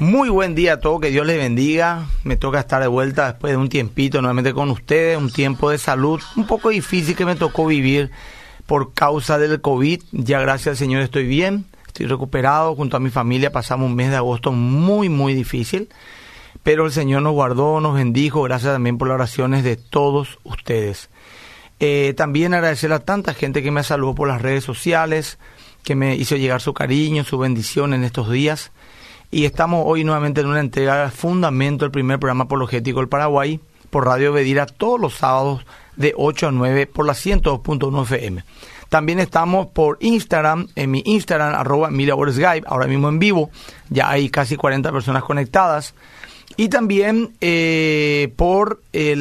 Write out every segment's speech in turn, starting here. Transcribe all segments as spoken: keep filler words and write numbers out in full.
Muy buen día a todos, que Dios les bendiga. Me toca estar de vuelta después de un tiempito nuevamente con ustedes, un tiempo de salud un poco difícil que me tocó vivir por causa del COVID. Ya gracias al Señor estoy bien, estoy recuperado, junto a mi familia pasamos un mes de agosto muy muy difícil, pero el Señor nos guardó, nos bendijo, gracias también por las oraciones de todos ustedes. Eh, también agradecer a tanta gente que me saludó por las redes sociales, que me hizo llegar su cariño, su bendición en estos días. Y estamos hoy nuevamente en una entrega de Fundamento, el primer programa apologético del Paraguay, por Radio Bedira, todos los sábados de ocho a nueve por la ciento dos punto uno F M. También estamos por Instagram, en mi Instagram, arroba Emilia Boresgaib, ahora mismo en vivo, ya hay casi cuarenta personas conectadas. Y también eh, por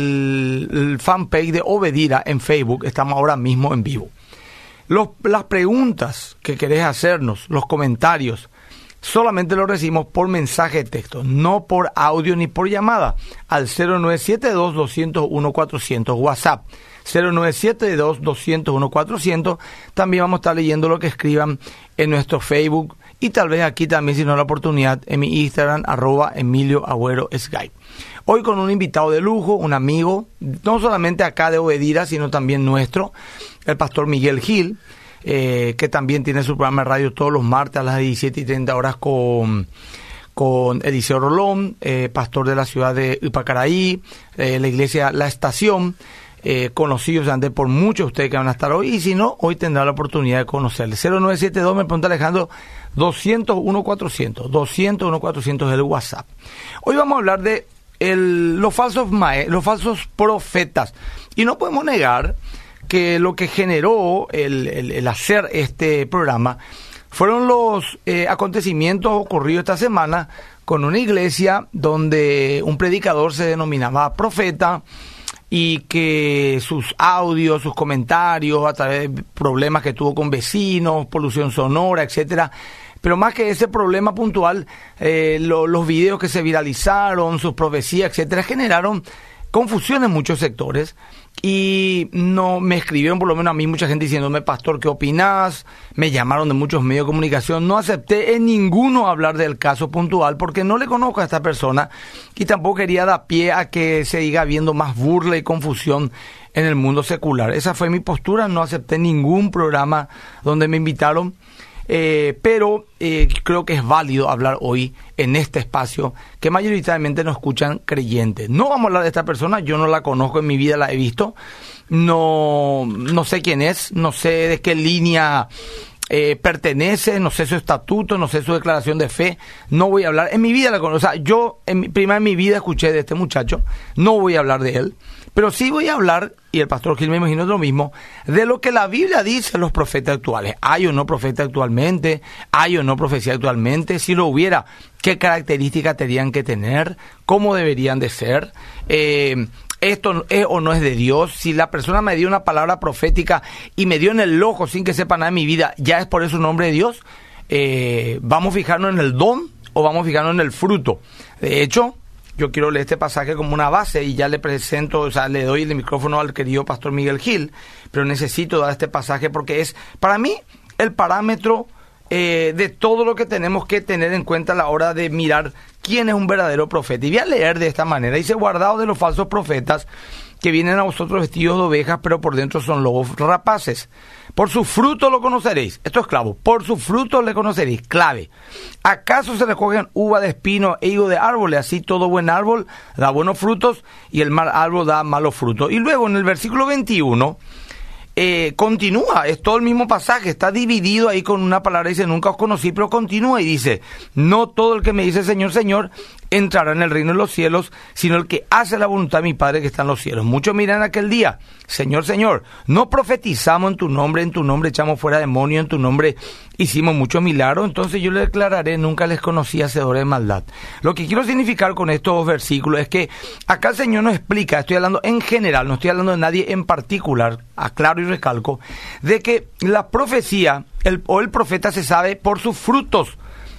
el, el fanpage de Obedira en Facebook, estamos ahora mismo en vivo. Los, las preguntas que querés hacernos, los comentarios, solamente lo recibimos por mensaje de texto, no por audio ni por llamada, al cero nueve siete dos, dos cero uno, cuatrocientos, WhatsApp, cero nueve siete dos, dos cero uno, cuatrocientos. También vamos a estar leyendo lo que escriban en nuestro Facebook y tal vez aquí también, si no la oportunidad, en mi Instagram, arroba Emilio Agüero Skype. Hoy con un invitado de lujo, un amigo, no solamente acá de Obedira, sino también nuestro, el pastor Miguel Gil, Eh, que también tiene su programa de radio todos los martes a las diecisiete y treinta horas con, con Eliseo Rolón, eh, pastor de la ciudad de Upacaraí, eh, la iglesia La Estación, eh, conocidos antes por muchos de ustedes que van a estar hoy, y si no, hoy tendrá la oportunidad de conocerle. cero nueve siete dos, me pregunta Alejandro, dos cero uno, cuatrocientos, dos cero uno, cuatrocientos es el WhatsApp. Hoy vamos a hablar de el, los falsos mae, los falsos profetas, y no podemos negar que lo que generó el, el, el hacer este programa fueron los eh, acontecimientos ocurridos esta semana con una iglesia donde un predicador se denominaba profeta y que sus audios, sus comentarios a través de problemas que tuvo con vecinos, polución sonora, etcétera. Pero más que ese problema puntual, eh, lo, los videos que se viralizaron, sus profecías, etcétera, generaron confusión en muchos sectores. Y no me escribieron, por lo menos a mí, mucha gente diciéndome, pastor, ¿qué opinás? Me llamaron de muchos medios de comunicación. No acepté en ninguno hablar del caso puntual porque no le conozco a esta persona y tampoco quería dar pie a que se siga habiendo más burla y confusión en el mundo secular. Esa fue mi postura, no acepté ningún programa donde me invitaron. Eh, pero eh, creo que es válido hablar hoy en este espacio que mayoritariamente nos escuchan creyentes. No vamos a hablar de esta persona, yo no la conozco, en mi vida la he visto, no, no sé quién es, no sé de qué línea eh, pertenece, no sé su estatuto, no sé su declaración de fe, no voy a hablar, en mi vida la conozco, o sea, yo en mi, primero en mi vida escuché de este muchacho, no voy a hablar de él, pero sí voy a hablar, y el pastor Gil me imagino lo mismo, de lo que la Biblia dice los profetas actuales. ¿Hay o no profeta actualmente? ¿Hay o no profecía actualmente? Si lo hubiera, ¿qué características tendrían que tener? ¿Cómo deberían de ser? Eh, ¿Esto es o no es de Dios? Si la persona me dio una palabra profética y me dio en el ojo sin que sepa nada de mi vida, ¿ya es por eso un nombre de Dios? Eh, ¿Vamos a fijarnos en el don o vamos a fijarnos en el fruto? De hecho, yo quiero leer este pasaje como una base y ya le presento, o sea, le doy el micrófono al querido pastor Miguel Gil, pero necesito dar este pasaje porque es, para mí, el parámetro eh, de todo lo que tenemos que tener en cuenta a la hora de mirar quién es un verdadero profeta. Y voy a leer de esta manera. Dice, guardaos de los falsos profetas que vienen a vosotros vestidos de ovejas, pero por dentro son lobos rapaces. Por su fruto lo conoceréis. Esto es clavo. Por su fruto le conoceréis. Clave. ¿Acaso se recogen uva de espino e higo de árboles? Así todo buen árbol da buenos frutos y el mal árbol da malos frutos. Y luego en el versículo veintiuno eh, continúa. Es todo el mismo pasaje. Está dividido ahí con una palabra. Dice, nunca os conocí, pero continúa y dice, no todo el que me dice Señor, Señor, entrará en el reino de los cielos, sino el que hace la voluntad de mi Padre que está en los cielos. Muchos miran aquel día, Señor, Señor, no profetizamos en tu nombre, en tu nombre echamos fuera demonios, en tu nombre hicimos muchos milagros. Entonces yo le declararé, nunca les conocí, hacedores de maldad. Lo que quiero significar con estos dos versículos es que acá el Señor nos explica, estoy hablando en general, no estoy hablando de nadie en particular, aclaro y recalco, de que la profecía el, o el profeta se sabe por sus frutos,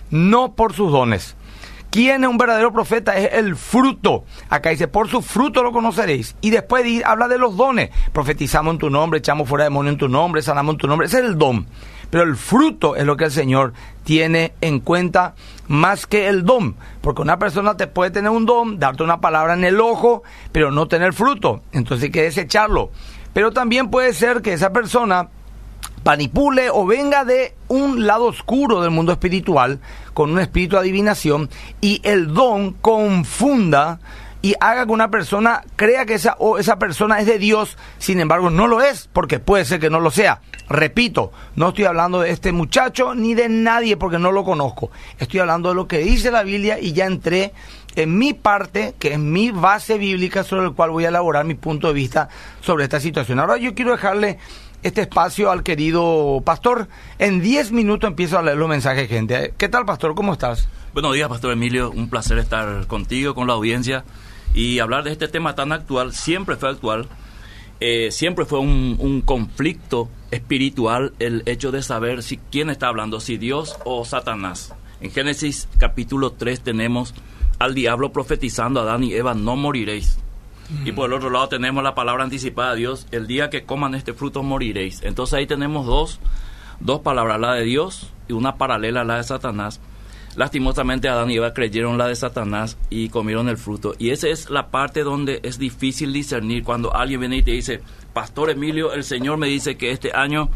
no por sus dones. ¿Quién es un verdadero profeta? Es el fruto. Acá dice, por su fruto lo conoceréis. Y después dice, habla de los dones. Profetizamos en tu nombre, echamos fuera demonios en tu nombre, sanamos en tu nombre. Ese es el don. pero el fruto es lo que el Señor tiene en cuenta más que el don, porque una persona te puede tener un don, darte una palabra en el ojo, pero no tener fruto, entonces hay que desecharlo. Pero también puede ser que esa persona manipule o venga de un lado oscuro del mundo espiritual, con un espíritu de adivinación, y el don confunda y haga que una persona crea que esa, o esa persona es de Dios, sin embargo no lo es, porque puede ser que no lo sea. Repito, no estoy hablando de este muchacho ni de nadie porque no lo conozco. Estoy hablando de lo que dice la Biblia y ya entré en mi parte, que es mi base bíblica sobre el cual voy a elaborar mi punto de vista sobre esta situación. Ahora yo quiero dejarle este espacio al querido pastor. En diez minutos empiezo a leer los mensajes, gente. ¿Qué tal, pastor? ¿Cómo estás? Buenos días, pastor Emilio. Un placer estar contigo, con la audiencia, y hablar de este tema tan actual. Siempre fue actual. Eh, siempre fue un, un conflicto espiritual el hecho de saber si quién está hablando, si Dios o Satanás. En Génesis capítulo tres tenemos al diablo profetizando a Adán y Eva: no moriréis. Mm. Y por el otro lado tenemos la palabra anticipada de Dios: el día que coman este fruto moriréis. Entonces ahí tenemos dos, dos palabras, la de Dios y una paralela a la de Satanás. Lastimosamente Adán y Eva creyeron la de Satanás y comieron el fruto. Y esa es la parte donde es difícil discernir. Cuando alguien viene y te dice: pastor Emilio, el Señor me dice que este año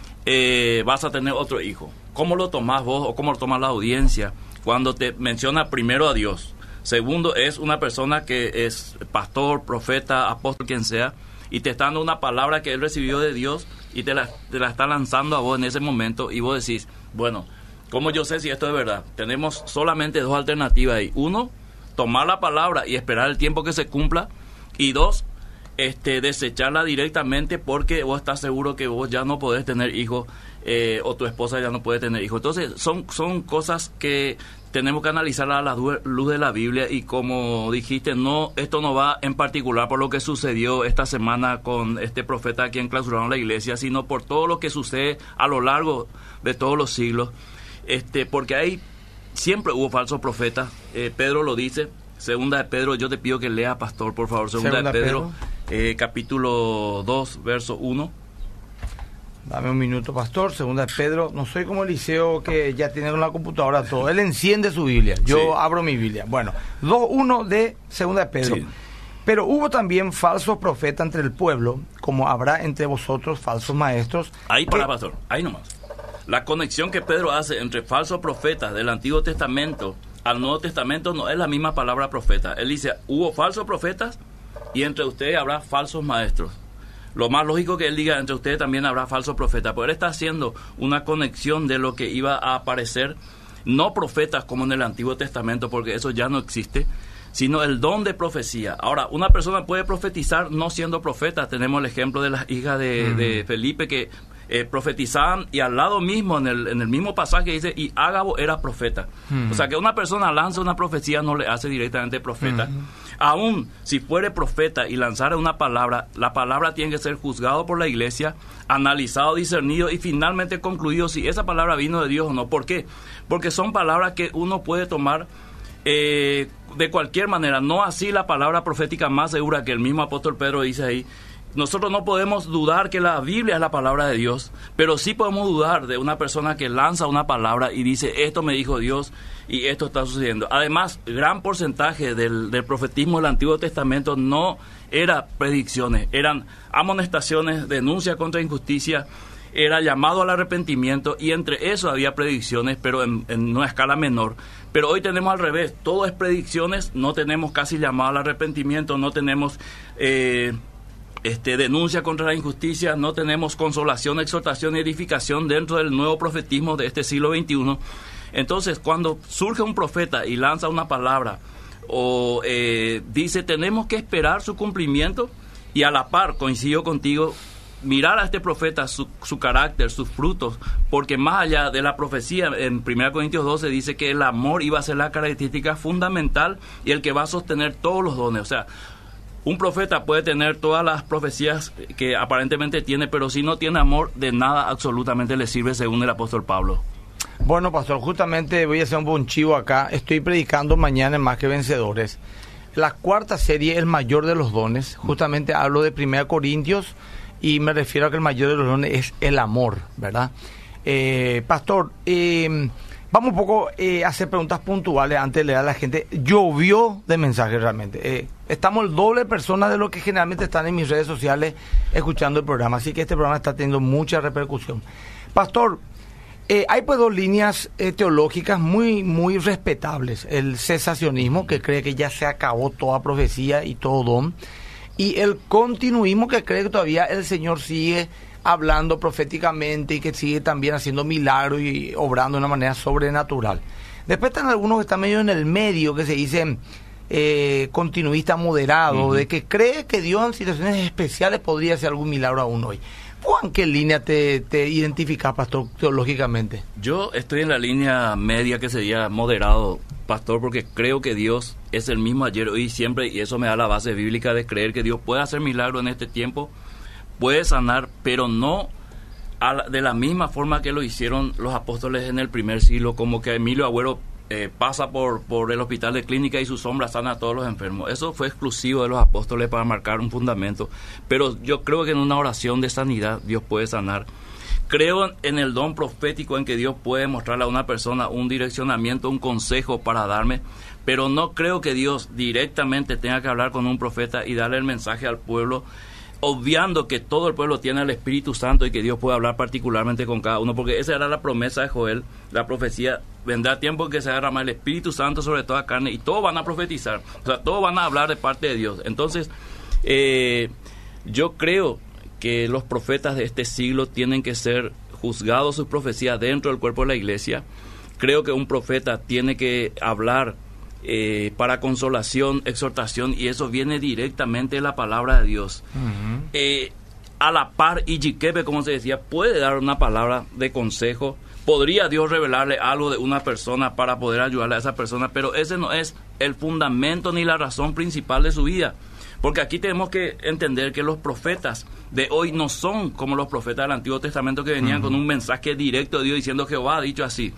eh, vas a tener otro hijo. ¿Cómo lo tomás vos o cómo lo toma la audiencia cuando te menciona primero a Dios? Segundo, es una persona que es pastor, profeta, apóstol, quien sea, y te está dando una palabra que él recibió de Dios y te la, te la está lanzando a vos en ese momento, y vos decís: bueno, ¿cómo yo sé si esto es verdad? Tenemos solamente dos alternativas ahí. Uno, tomar la palabra y esperar el tiempo que se cumpla. Y dos, este, desecharla directamente porque vos estás seguro que vos ya no podés tener hijos, eh, o tu esposa ya no puede tener hijos. Entonces, son, son cosas que tenemos que analizar a la luz de la Biblia. Y como dijiste, no, esto no va en particular por lo que sucedió esta semana con este profeta a quien clausuraron la iglesia, sino por todo lo que sucede a lo largo de todos los siglos. Este, porque ahí siempre hubo falsos profetas. eh, Pedro lo dice, segunda de Pedro, yo te pido que lea, pastor, por favor, segunda, segunda de Pedro, Pedro. Eh, capítulo dos, verso uno. Dame un minuto, pastor. Segunda de Pedro. No soy como Eliseo, que ya tiene una computadora todo. Él enciende su Biblia, yo sí abro mi Biblia. Bueno, dos uno de segunda de Pedro. Sí. Pero hubo también falsos profetas entre el pueblo, como habrá entre vosotros falsos maestros. Ahí para, que... pastor, ahí nomás. La conexión que Pedro hace entre falsos profetas del Antiguo Testamento al Nuevo Testamento no es la misma palabra profeta. Él dice: hubo falsos profetas y entre ustedes habrá falsos maestros. Lo más lógico que él diga: entre ustedes también habrá falsos profetas. Pero él está haciendo una conexión de lo que iba a aparecer, no profetas como en el Antiguo Testamento, porque eso ya no existe, sino el don de profecía. Ahora, una persona puede profetizar no siendo profeta. Tenemos el ejemplo de las hijas de, mm. de Felipe, que Eh, profetizaban, y al lado mismo, en el, en el mismo pasaje dice: y Ágabo era profeta. Mm. O sea que una persona lanza una profecía no le hace directamente profeta. Mm. Aún si fuere profeta y lanzara una palabra, la palabra tiene que ser juzgado por la iglesia, analizado, discernido y finalmente concluido si esa palabra vino de Dios o no. ¿Por qué? Porque son palabras que uno puede tomar eh, de cualquier manera, no así la palabra profética más segura, que el mismo apóstol Pedro dice ahí. Nosotros no podemos dudar que la Biblia es la palabra de Dios, pero sí podemos dudar de una persona que lanza una palabra y dice: esto me dijo Dios y esto está sucediendo. Además, gran porcentaje del, del profetismo del Antiguo Testamento no era predicciones, eran amonestaciones, denuncias contra injusticia, era llamado al arrepentimiento, y entre eso había predicciones, pero en, en una escala menor. Pero hoy tenemos al revés, todo es predicciones, no tenemos casi llamado al arrepentimiento, no tenemos Eh, Este, denuncia contra la injusticia, no tenemos consolación, exhortación y edificación dentro del nuevo profetismo de este siglo veintiuno. Entonces, cuando surge un profeta y lanza una palabra o eh, dice: tenemos que esperar su cumplimiento, y a la par, coincido contigo, mirar a este profeta, su, su carácter, sus frutos, porque más allá de la profecía, en primera Corintios doce dice que el amor iba a ser la característica fundamental y el que va a sostener todos los dones. O sea, un profeta puede tener todas las profecías que aparentemente tiene, pero si no tiene amor, de nada absolutamente le sirve, según el apóstol Pablo. Bueno, pastor, justamente voy a hacer un buen chivo acá. Estoy predicando mañana en Más que Vencedores. La cuarta serie, el mayor de los dones. Justamente hablo de primera Corintios y me refiero a que el mayor de los dones es el amor, ¿verdad? Eh, pastor, eh, vamos un poco eh, a hacer preguntas puntuales antes de leer a la gente. Llovió de mensajes realmente. Eh, estamos el doble de personas de lo que generalmente están en mis redes sociales escuchando el programa, así que este programa está teniendo mucha repercusión. Pastor, Eh, hay pues dos líneas eh, teológicas muy muy respetables. El cesacionismo, que cree que ya se acabó toda profecía y todo don, y el continuismo, que cree que todavía el Señor sigue hablando proféticamente y que sigue también haciendo milagros y obrando de una manera sobrenatural. Después están algunos que están medio en el medio, que se dicen eh, continuista moderado, uh-huh. de que cree que Dios en situaciones especiales podría hacer algún milagro aún hoy. ¿En qué línea te, te identificas, pastor, teológicamente? Yo estoy en la línea media, que sería moderado, pastor, porque creo que Dios es el mismo ayer, hoy y siempre, y eso me da la base bíblica de creer que Dios puede hacer milagros en este tiempo, puede sanar, pero no a la, de la misma forma que lo hicieron los apóstoles en el primer siglo, como que Emilio Agüero eh, pasa por, por el hospital de clínica y su sombra sana a todos los enfermos. Eso fue exclusivo de los apóstoles para marcar un fundamento, pero yo creo que en una oración de sanidad Dios puede sanar. Creo en el don profético, en que Dios puede mostrarle a una persona un direccionamiento, un consejo para darme, pero no creo que Dios directamente tenga que hablar con un profeta y darle el mensaje al pueblo, obviando que todo el pueblo tiene el Espíritu Santo y que Dios puede hablar particularmente con cada uno, porque esa era la promesa de Joel, la profecía: vendrá tiempo en que se derramará el Espíritu Santo sobre toda carne y todos van a profetizar, o sea, todos van a hablar de parte de Dios. Entonces, eh, yo creo que los profetas de este siglo tienen que ser juzgados sus profecías dentro del cuerpo de la iglesia. Creo que un profeta tiene que hablar Eh, para consolación, exhortación, y eso viene directamente de la palabra de Dios. Uh-huh. Eh, a la par, y Yiquepe, como se decía, puede dar una palabra de consejo. Podría Dios revelarle algo de una persona para poder ayudarle a esa persona, pero ese no es el fundamento ni la razón principal de su vida. Porque aquí tenemos que entender que los profetas de hoy no son como los profetas del Antiguo Testamento, que venían uh-huh. con un mensaje directo de Dios diciendo: Jehová ha dicho así.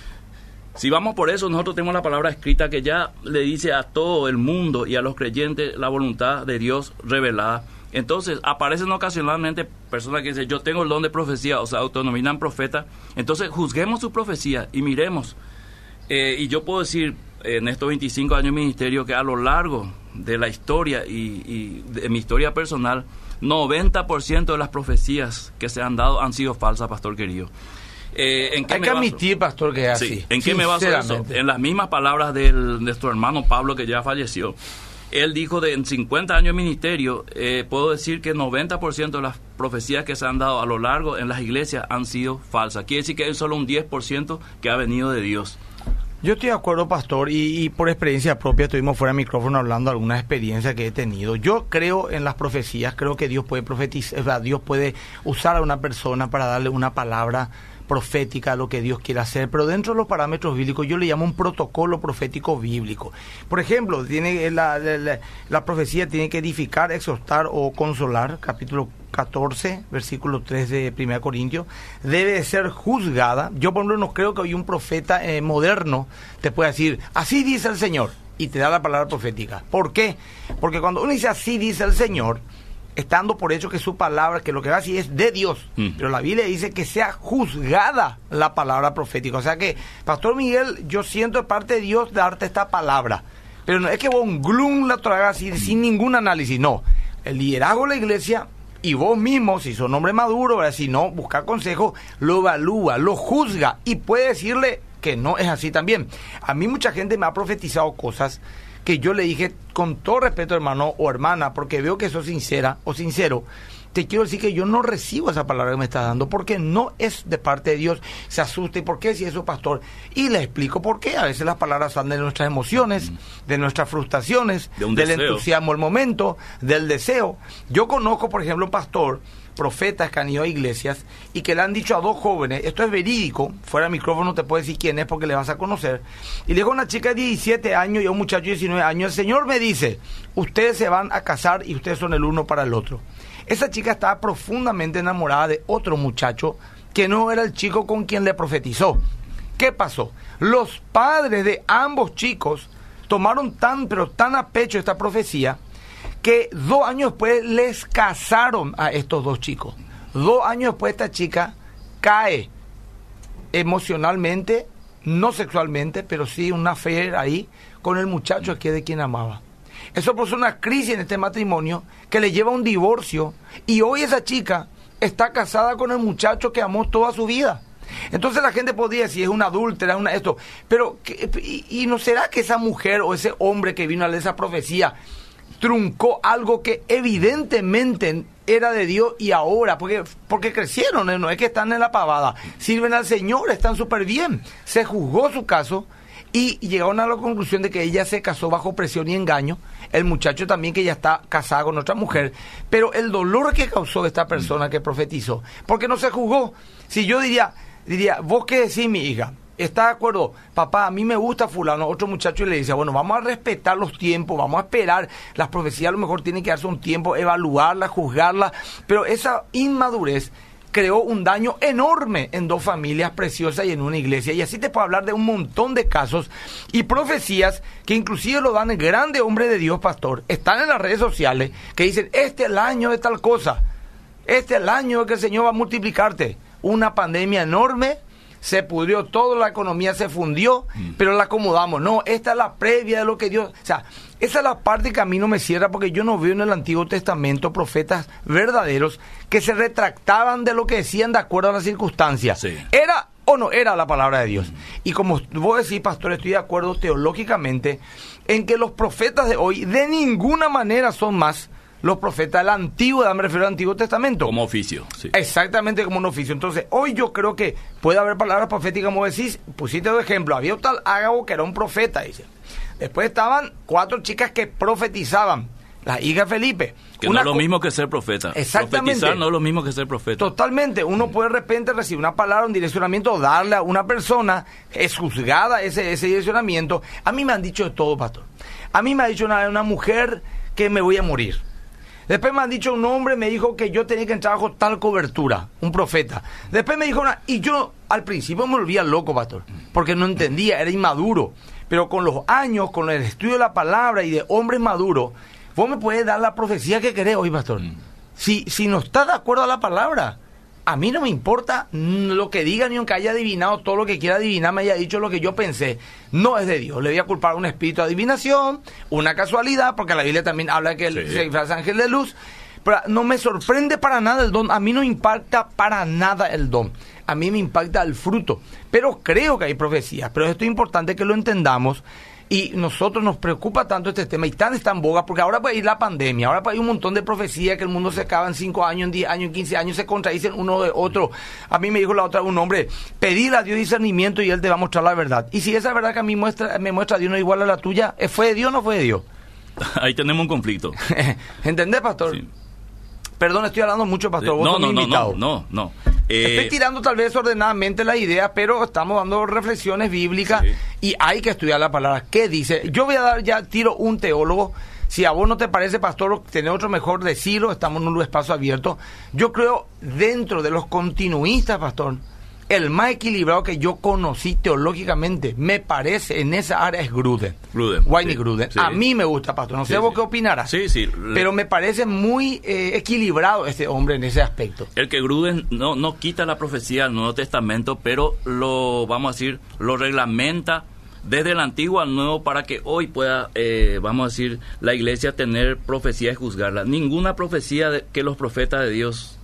Si vamos por eso, nosotros tenemos la palabra escrita que ya le dice a todo el mundo y a los creyentes la voluntad de Dios revelada. Entonces, aparecen ocasionalmente personas que dicen: yo tengo el don de profecía, o sea, autonominan profeta. Entonces, juzguemos su profecía y miremos. Eh, y yo puedo decir, en estos veinticinco años de ministerio, que a lo largo de la historia y, y de mi historia personal, noventa por ciento de las profecías que se han dado han sido falsas, pastor querido. Eh, ¿en qué Hay que admitir, pastor, que es así. Sí. ¿En qué me baso eso? En las mismas palabras del, de nuestro hermano Pablo, que ya falleció. Él dijo: de en cincuenta años de ministerio, eh, puedo decir que noventa por ciento de las profecías que se han dado a lo largo en las iglesias han sido falsas. Quiere decir que hay solo un diez por ciento que ha venido de Dios. Yo estoy de acuerdo, pastor, y, y por experiencia propia, estuvimos fuera de micrófono hablando de algunas experiencias que he tenido. Yo creo en las profecías, creo que Dios puede profetizar, o sea, Dios puede usar a una persona para darle una palabra profética, lo que Dios quiere hacer, pero dentro de los parámetros bíblicos yo le llamo un protocolo profético bíblico. Por ejemplo, tiene la, la, la profecía tiene que edificar, exhortar o consolar, capítulo catorce, versículo tres de primera Corintios, debe ser juzgada. Yo, por ejemplo, no creo que hoy un profeta eh, moderno te pueda decir: así dice el Señor, y te da la palabra profética. ¿Por qué? Porque cuando uno dice así dice el Señor, estando por hecho que su palabra, que lo que va a decir es de Dios, mm. pero la Biblia dice que sea juzgada la palabra profética. O sea que, Pastor Miguel, yo siento de parte de Dios darte esta palabra, pero no es que vos un glum la tragas así, mm. sin ningún análisis, no. El liderazgo de la iglesia y vos mismo, si sos hombre maduro, ¿verdad? Si no, busca consejo, lo evalúa, lo juzga y puede decirle que no es así también. A mí mucha gente me ha profetizado cosas que yo le dije, con todo respeto, hermano o hermana, porque veo que sos sincera o sincero, te quiero decir que yo no recibo esa palabra que me estás dando, porque no es de parte de Dios. Se asusta: ¿y por qué si eso, pastor? Y le explico por qué. A veces las palabras son de nuestras emociones, mm. de nuestras frustraciones, de del deseo. entusiasmo del momento, del deseo. Yo conozco, por ejemplo, un pastor, profetas que han ido a iglesias y que le han dicho a dos jóvenes, esto es verídico, fuera de micrófono te puedo decir quién es porque le vas a conocer, y le dijo a una chica de diecisiete años y a un muchacho de diecinueve años: el Señor me dice, ustedes se van a casar y ustedes son el uno para el otro. Esa chica estaba profundamente enamorada de otro muchacho que no era el chico con quien le profetizó. ¿Qué pasó? Los padres de ambos chicos tomaron tan, pero tan a pecho esta profecía, que dos años después les casaron a estos dos chicos. Dos años después esta chica cae emocionalmente, no sexualmente, pero sí una affair ahí con el muchacho que es de quien amaba. Eso puso una crisis en este matrimonio que le lleva a un divorcio, y hoy esa chica está casada con el muchacho que amó toda su vida. Entonces la gente podría decir, es una adúltera, es una esto, pero y, y no será que esa mujer o ese hombre que vino a leer esa profecía truncó algo que evidentemente era de Dios, y ahora, porque, porque crecieron, no es que están en la pavada, sirven al Señor, están súper bien. Se juzgó su caso y llegaron a la conclusión de que ella se casó bajo presión y engaño, el muchacho también, que ya está casado con otra mujer, pero el dolor que causó esta persona que profetizó, porque no se juzgó. Si yo diría, diría, ¿vos qué decís, mi hija? ¿Está de acuerdo? Papá, a mí me gusta fulano, otro muchacho, y le dice, bueno, vamos a respetar los tiempos, vamos a esperar, las profecías a lo mejor tienen que darse un tiempo, evaluarlas, juzgarlas, pero esa inmadurez creó un daño enorme en dos familias preciosas y en una iglesia, y así te puedo hablar de un montón de casos y profecías que inclusive lo dan grandes hombres de Dios, pastor, están en las redes sociales, que dicen, este es el año de tal cosa, este es el año que el Señor va a multiplicarte. Una pandemia enorme, se pudrió todo, la economía se fundió, mm. pero la acomodamos. No, esta es la previa de lo que Dios... O sea, esa es la parte que a mí no me cierra, porque yo no veo en el Antiguo Testamento profetas verdaderos que se retractaban de lo que decían de acuerdo a las circunstancias. Sí. ¿Era o no era la palabra de Dios? Mm. Y como vos decís, pastor, estoy de acuerdo teológicamente en que los profetas de hoy de ninguna manera son más los profetas del Antiguo, me refiero al Antiguo Testamento. Como oficio, sí. Exactamente, como un oficio. Entonces, hoy yo creo que puede haber palabras proféticas, como decís, pusiste dos ejemplos. Había un tal Ágabo que era un profeta, dice. Después estaban cuatro chicas que profetizaban, las hijas de Felipe. Que no es lo mismo que ser profeta. Exactamente. Profetizar no es lo mismo que ser profeta. Totalmente. Uno puede de repente recibir una palabra, un direccionamiento, darle a una persona, es juzgada ese, ese direccionamiento. A mí me han dicho de todo, pastor. A mí me ha dicho una, una mujer que me voy a morir. Después me han dicho un hombre, me dijo que yo tenía que entrar bajo tal cobertura, un profeta. Después me dijo una, y yo al principio me volvía loco, pastor, porque no entendía, era inmaduro. Pero con los años, con el estudio de la palabra y de hombres maduros, vos me puedes dar la profecía que querés hoy, pastor. Si, si no estás de acuerdo a la palabra, a mí no me importa lo que diga, ni aunque haya adivinado todo lo que quiera adivinar, me haya dicho lo que yo pensé. No es de Dios. Le voy a culpar a un espíritu de adivinación, una casualidad, porque la Biblia también habla de que sí. Se disfraza ángel de luz. Pero no me sorprende para nada el don. A mí no impacta para nada el don. A mí me impacta el fruto. Pero creo que hay profecías. Pero esto es importante que lo entendamos. Y nosotros nos preocupa tanto este tema y tan está en boga, porque ahora puede ir la pandemia, ahora puede ir un montón de profecías que el mundo se acaba en cinco años, en diez años, en quince años, se contradicen uno de otro. A mí me dijo la otra, un hombre, pedir a Dios discernimiento y Él te va a mostrar la verdad. Y si esa verdad que a mí muestra, me muestra Dios no es igual a la tuya, ¿fue de Dios o no fue de Dios? Ahí tenemos un conflicto. ¿Entendés, pastor? Sí. Perdón, estoy hablando mucho, pastor. Vos no, sos no, mi no, invitado. no, no, no. Eh, Estoy tirando tal vez ordenadamente la idea, pero estamos dando reflexiones bíblicas sí. Y hay que estudiar la palabra. ¿Qué dice? Yo voy a dar ya tiro un teólogo. Si a vos no te parece, pastor, tener otro mejor decirlo, estamos en un espacio abierto. Yo creo, dentro de los continuistas, pastor, el más equilibrado que yo conocí teológicamente, me parece, en esa área es Gruden. Gruden. Wayne sí, Gruden. Sí. A mí me gusta, pastor. No sé sí, vos sí. qué opinarás. Sí, sí. Pero me parece muy eh, equilibrado este hombre en ese aspecto. El que Gruden no, no quita la profecía del Nuevo Testamento, pero lo, vamos a decir, lo reglamenta desde el Antiguo al Nuevo para que hoy pueda, eh, vamos a decir, la iglesia tener profecía y juzgarla. Ninguna profecía de, que los profetas de Dios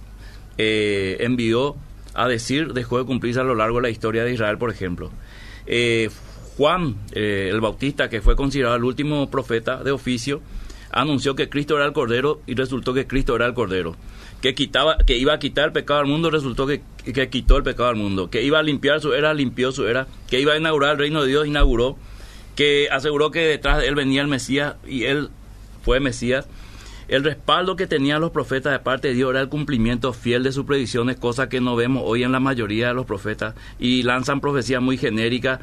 eh, envió a decir dejó de cumplirse a lo largo de la historia de Israel, por ejemplo. Eh, Juan, eh, el Bautista, que fue considerado el último profeta de oficio, anunció que Cristo era el Cordero y resultó que Cristo era el Cordero. Que quitaba, que iba a quitar el pecado al mundo, resultó que, que quitó el pecado al mundo. Que iba a limpiar su era, limpió su era. Que iba a inaugurar el reino de Dios, inauguró. Que aseguró que detrás de él venía el Mesías y él fue Mesías. El respaldo que tenían los profetas de parte de Dios era el cumplimiento fiel de sus predicciones, cosa que no vemos hoy en la mayoría de los profetas, y lanzan profecías muy genéricas.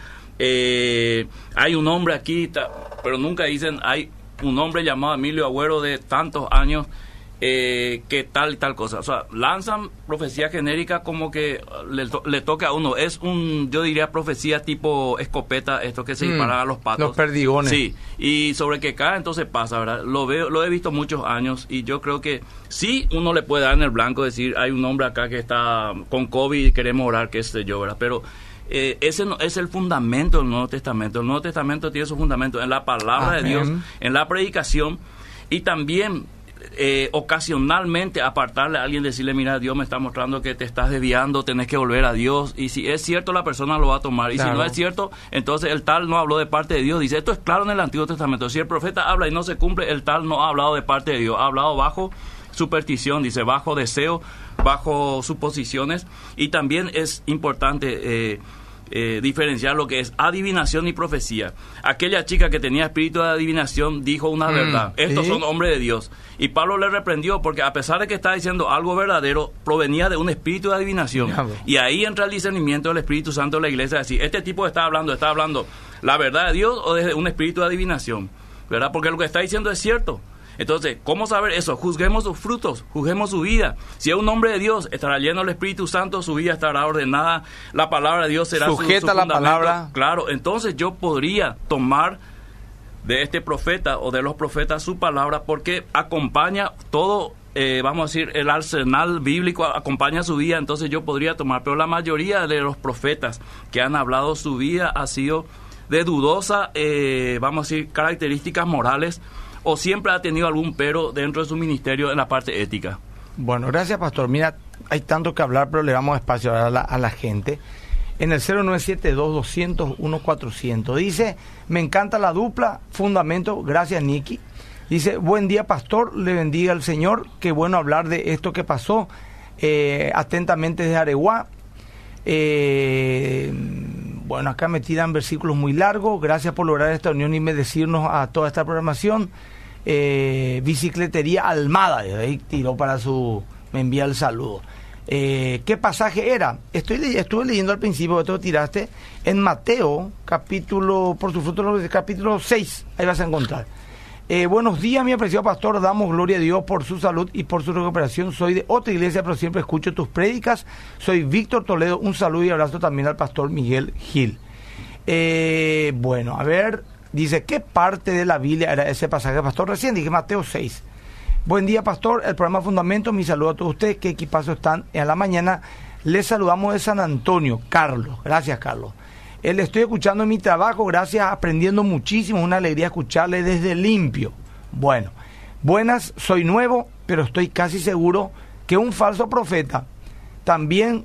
Eh, hay un hombre aquí, pero nunca dicen, hay un hombre llamado Emilio Agüero de tantos años, eh, que tal y tal cosa. O sea, lanzan profecía genérica como que le, to le toca a uno. Es un, yo diría, profecía tipo escopeta, esto que se mm, disparan a los patos. Los perdigones. Sí, y sobre que cae, entonces pasa, ¿verdad? Lo veo, lo he visto muchos años y yo creo que sí uno le puede dar en el blanco, decir, hay un hombre acá que está con COVID y queremos orar, qué sé yo, ¿verdad? Pero eh, ese no, es el fundamento del Nuevo Testamento. El Nuevo Testamento tiene su fundamento en la palabra Amén. de Dios, en la predicación, y también eh, ocasionalmente apartarle a alguien, decirle, mira, Dios me está mostrando que te estás desviando, tenés que volver a Dios, y si es cierto la persona lo va a tomar, y claro. si no es cierto, entonces el tal no habló de parte de Dios. Dice, esto es claro en el Antiguo Testamento, si el profeta habla y no se cumple, el tal no ha hablado de parte de Dios, ha hablado bajo superstición, dice, bajo deseo, bajo suposiciones. Y también es importante eh, eh, diferenciar lo que es adivinación y profecía. Aquella chica que tenía espíritu de adivinación dijo una mm, verdad, estos ¿sí? son hombres de Dios, y Pablo le reprendió porque a pesar de que estaba diciendo algo verdadero, provenía de un espíritu de adivinación. Diablo. Y ahí entra el discernimiento del Espíritu Santo de la iglesia, decir, este tipo está hablando, está hablando la verdad de Dios o desde un espíritu de adivinación, ¿verdad? Porque lo que está diciendo es cierto. Entonces, ¿cómo saber eso? Juzguemos sus frutos, juzguemos su vida. Si es un hombre de Dios, estará lleno del Espíritu Santo, su vida estará ordenada, la palabra de Dios será sujeta su, su a la palabra. Claro, entonces yo podría tomar de este profeta o de los profetas su palabra, porque acompaña todo, eh, vamos a decir, el arsenal bíblico, acompaña su vida, entonces yo podría tomar. Pero la mayoría de los profetas que han hablado su vida ha sido de dudosa, eh, vamos a decir, características morales, o siempre ha tenido algún pero dentro de su ministerio en la parte ética. Bueno, gracias, pastor. Mira, hay tanto que hablar, pero le damos espacio a la, a la gente. En el cero nueve siete dos, dos cero cero, uno cuatrocientos dice, me encanta la dupla, fundamento, gracias Nicky. Dice, buen día, pastor, le bendiga al Señor, qué bueno hablar de esto que pasó. Eh, atentamente desde Areguá. Eh, bueno, acá me tiran versículos muy largos. Gracias por lograr esta unión y bendecirnos a toda esta programación. Eh, bicicletería Almada, ahí tiró para su, me envía el saludo. Eh, ¿Qué pasaje era? Estoy estuve leyendo al principio, que tú tiraste, en Mateo, capítulo, por su fruto, capítulo seis, ahí vas a encontrar. Eh, buenos días, mi apreciado pastor, damos gloria a Dios por su salud y por su recuperación. Soy de otra iglesia, pero siempre escucho tus prédicas. Soy Víctor Toledo, un saludo y abrazo también al pastor Miguel Gil. Eh, bueno, a ver, dice, ¿qué parte de la Biblia era ese pasaje, pastor? Recién dije Mateo seis. Buen día, pastor, el programa Fundamento, mi saludo a todos ustedes, qué equipazo están en la mañana. Les saludamos de San Antonio, Carlos. Gracias, Carlos. Eh, le estoy escuchando en mi trabajo, gracias, aprendiendo muchísimo, una alegría escucharle desde Limpio. Bueno, buenas, soy nuevo, pero estoy casi seguro que un falso profeta también,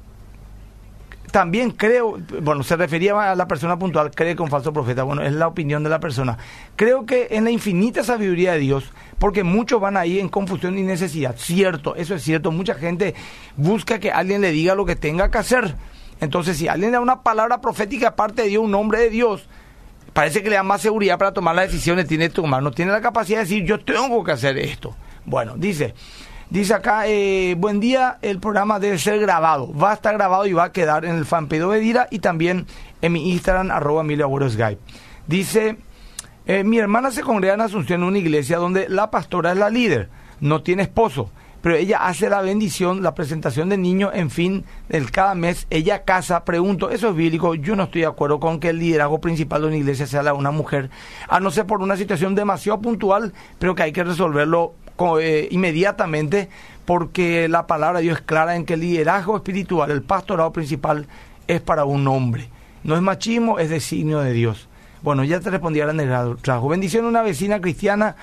también creo, bueno, se refería a la persona puntual, cree que un falso profeta, bueno, es la opinión de la persona. Creo que en la infinita sabiduría de Dios, porque muchos van ahí en confusión y necesidad, cierto, eso es cierto, mucha gente busca que alguien le diga lo que tenga que hacer. Entonces, si alguien da una palabra profética aparte de Dios, un hombre de Dios, parece que le da más seguridad para tomar las decisiones, tiene que tomar, no tiene la capacidad de decir, yo tengo que hacer esto. Bueno, dice, dice acá, eh, buen día, el programa debe ser grabado, va a estar grabado y va a quedar en el fanpage de Obedira y también en mi Instagram, arroba Emilio Agüero Skype. Dice, eh, mi hermana se congrega en Asunción en una iglesia donde la pastora es la líder, no tiene esposo, pero ella hace la bendición, la presentación de niños, en fin, del cada mes, ella casa. Pregunto, ¿eso es bíblico? Yo no estoy de acuerdo con que el liderazgo principal de una iglesia sea la una mujer, a no ser por una situación demasiado puntual, pero que hay que resolverlo eh, inmediatamente, porque la palabra de Dios es clara en que el liderazgo espiritual, el pastorado principal, es para un hombre. No es machismo, es designio de Dios. Bueno, ya te respondí ahora en el trabajo. Bendición a una vecina cristiana.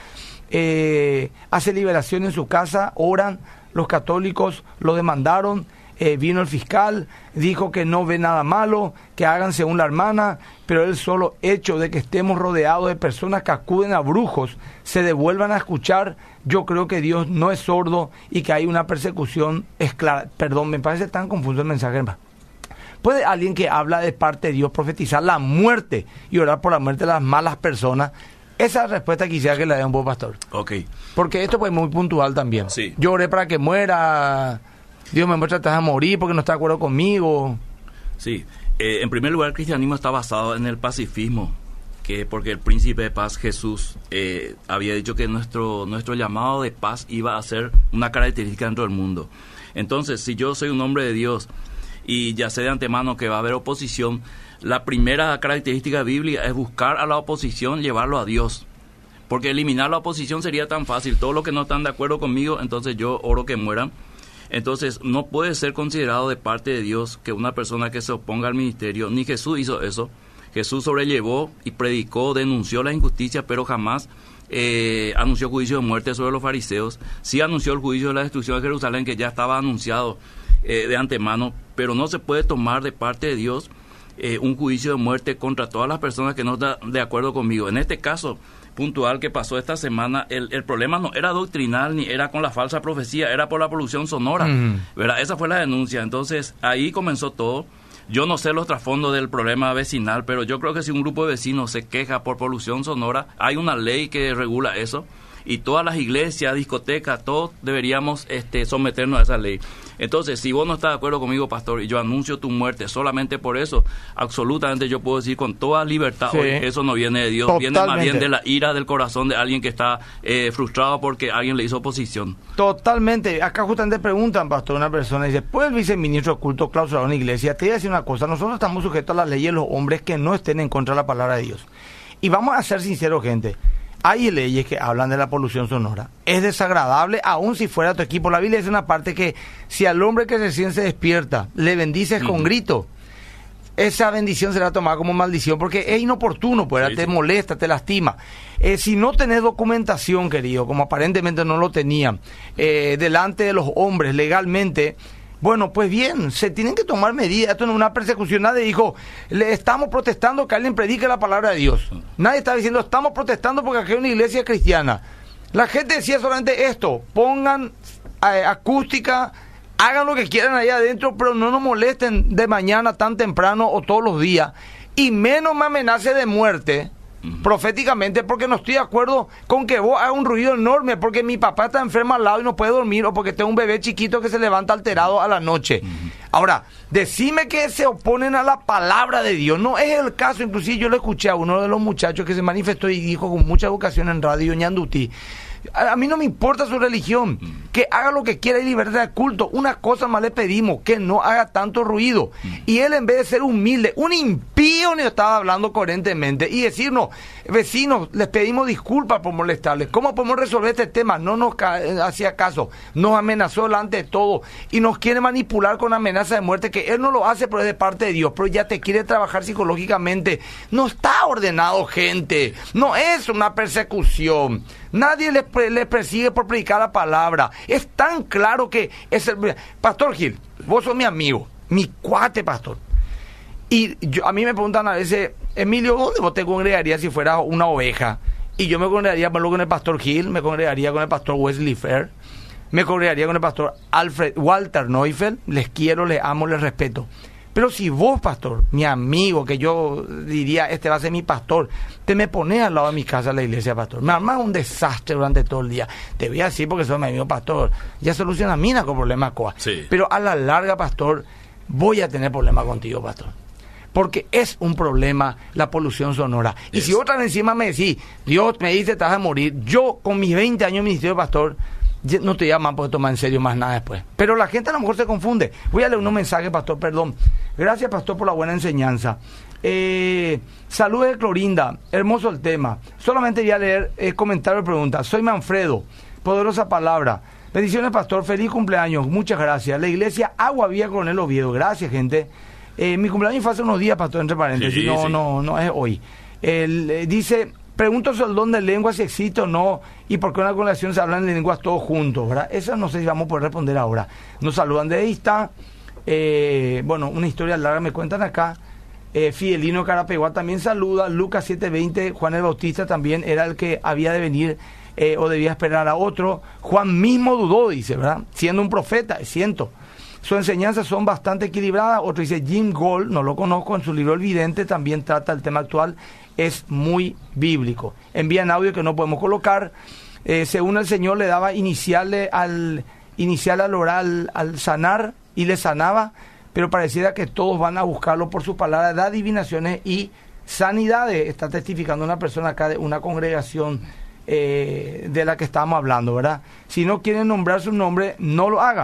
Eh, hace liberación en su casa, oran, los católicos lo demandaron, eh, vino el fiscal, dijo que no ve nada malo, que hagan según la hermana, pero el solo hecho de que estemos rodeados de personas que acuden a brujos, se devuelvan a escuchar, yo creo que Dios no es sordo y que hay una persecución, es clara. Perdón, me parece tan confuso el mensaje. ¿Puede alguien que habla de parte de Dios profetizar la muerte y orar por la muerte de las malas personas? Esa respuesta quisiera que la dé un buen pastor. Ok. Porque esto pues muy puntual también. Sí. Yo oré para que muera, Dios me muestra que te vas a morir porque no está de acuerdo conmigo. Sí. Eh, en primer lugar, el cristianismo está basado en el pacifismo, que porque el príncipe de paz, Jesús, eh, había dicho que nuestro, nuestro llamado de paz iba a ser una característica dentro del mundo. Entonces, si yo soy un hombre de Dios y ya sé de antemano que va a haber oposición, la primera característica bíblica es buscar a la oposición, llevarlo a Dios. Porque eliminar la oposición sería tan fácil. Todos los que no están de acuerdo conmigo, entonces yo oro que mueran. Entonces, no puede ser considerado de parte de Dios que una persona que se oponga al ministerio, ni Jesús hizo eso. Jesús sobrellevó y predicó, denunció la injusticia, pero jamás eh, anunció juicio de muerte sobre los fariseos. Sí anunció el juicio de la destrucción de Jerusalén, que ya estaba anunciado eh, de antemano, pero no se puede tomar de parte de Dios eh, un juicio de muerte contra todas las personas que no están de acuerdo conmigo. En este caso puntual que pasó esta semana, el, el problema no era doctrinal ni era con la falsa profecía, era por la polución sonora, uh-huh. ¿verdad? Esa fue la denuncia. Entonces ahí comenzó todo. Yo no sé los trasfondos del problema vecinal, pero yo creo que si un grupo de vecinos se queja por polución sonora, hay una ley que regula eso, y todas las iglesias, discotecas, todos deberíamos este, someternos a esa ley. Entonces, si vos no estás de acuerdo conmigo, pastor, y yo anuncio tu muerte solamente por eso, absolutamente yo puedo decir con toda libertad, sí. Oye, eso no viene de Dios, totalmente. Viene más bien de la ira del corazón de alguien que está eh, frustrado porque alguien le hizo oposición. Totalmente. Acá justamente preguntan, pastor, una persona dice, ¿puede el viceministro oculto clausurar una iglesia? Te voy a decir una cosa, nosotros estamos sujetos a las leyes de los hombres que no estén en contra de la palabra de Dios. Y vamos a ser sinceros, gente. Hay leyes que hablan de la polución sonora. Es desagradable, aun si fuera tu equipo. La Biblia dice una parte que si al hombre que recién se despierta le bendices uh-huh. con grito, esa bendición será tomada como maldición porque es inoportuno, pues, sí, te sí. molesta, te lastima. Eh, si no tenés documentación, querido, como aparentemente no lo tenían, eh, delante de los hombres legalmente, bueno, pues bien, se tienen que tomar medidas. Esto no es una persecución. Nadie dijo, le estamos protestando que alguien predique la palabra de Dios. Nadie está diciendo, estamos protestando porque aquí hay una iglesia cristiana. La gente decía solamente esto, pongan eh, acústica, hagan lo que quieran allá adentro, pero no nos molesten de mañana tan temprano o todos los días. Y menos me amenace de muerte, uh-huh. proféticamente, porque no estoy de acuerdo con que vos hagas un ruido enorme porque mi papá está enfermo al lado y no puede dormir, o porque tengo un bebé chiquito que se levanta alterado a la noche. Uh-huh. Ahora, decime que se oponen a la palabra de Dios. No es el caso. Inclusive yo le escuché a uno de los muchachos que se manifestó y dijo con mucha vocación en radio, Ñandutí, a mí no me importa su religión, que haga lo que quiera y libertad de culto. Una cosa más le pedimos, que no haga tanto ruido. Y él, en vez de ser humilde, un impío, ni estaba hablando coherentemente y decirnos, vecinos, les pedimos disculpas por molestarles. ¿Cómo podemos resolver este tema? No nos hacía caso, nos amenazó delante de todo y nos quiere manipular con amenaza de muerte, que él no lo hace, pero es de parte de Dios, pero ya te quiere trabajar psicológicamente. No está ordenado, gente, no es una persecución. Nadie les, pre, les persigue por predicar la palabra. Es tan claro que es el... Pastor Gil, vos sos mi amigo, mi cuate, pastor. Y yo, a mí me preguntan a veces, Emilio, ¿dónde vos te congregarías si fueras una oveja? Y yo me congregaría con el pastor Gil, me congregaría con el pastor Wesley Fair, me congregaría con el pastor Alfred Walter Neufeld. Les quiero, les amo, les respeto. Pero si vos, pastor, mi amigo, que yo diría, este va a ser mi pastor, te me pones al lado de mi casa en la iglesia, pastor, me armas un desastre durante todo el día. Te voy a decir porque sos mi amigo, pastor, ya soluciona mina con problemas coa. Sí. Pero a la larga, pastor, voy a tener problemas contigo, pastor. Porque es un problema la polución sonora. Y yes. si otra vez encima me decís, Dios me dice, te vas a morir, yo con mis veinte años de ministerio, pastor, no te llaman por tomar en serio más nada después. Pero la gente a lo mejor se confunde. Voy a leer unos mensajes, pastor, perdón. Gracias, pastor, por la buena enseñanza. Eh, saludos de Clorinda, hermoso el tema. Solamente voy a leer eh, comentario y pregunta. Soy Manfredo, poderosa palabra. Bendiciones, pastor, feliz cumpleaños, muchas gracias. La iglesia Agua Vía Coronel Oviedo, gracias, gente. Eh, mi cumpleaños fue hace unos días, pastor, entre paréntesis, sí, no, sí. no, no es hoy. El, eh, dice... Pregunto sobre el don de lengua, si existe o no, y por qué en una congregación se hablan de lenguas todos juntos, ¿verdad? Eso no sé si vamos a poder responder ahora. Nos saludan de ahí está, eh, bueno, una historia larga me cuentan acá. Eh, Fidelino Carapeguá también saluda, Lucas siete veinte, Juan el Bautista también era el que había de venir eh, o debía esperar a otro. Juan mismo dudó, dice, ¿verdad? Siendo un profeta, es cierto. Sus enseñanzas son bastante equilibradas. Otro dice Jim Gold, no lo conozco, en su libro El Vidente también trata el tema actual, es muy bíblico. Envían audio que no podemos colocar. Eh, según el Señor le daba iniciales al inicial al oral al sanar y le sanaba, pero pareciera que todos van a buscarlo por su palabra, da adivinaciones y sanidades. Está testificando una persona acá de una congregación eh, de la que estamos hablando, ¿verdad? Si no quieren nombrar su nombre, no lo hagan.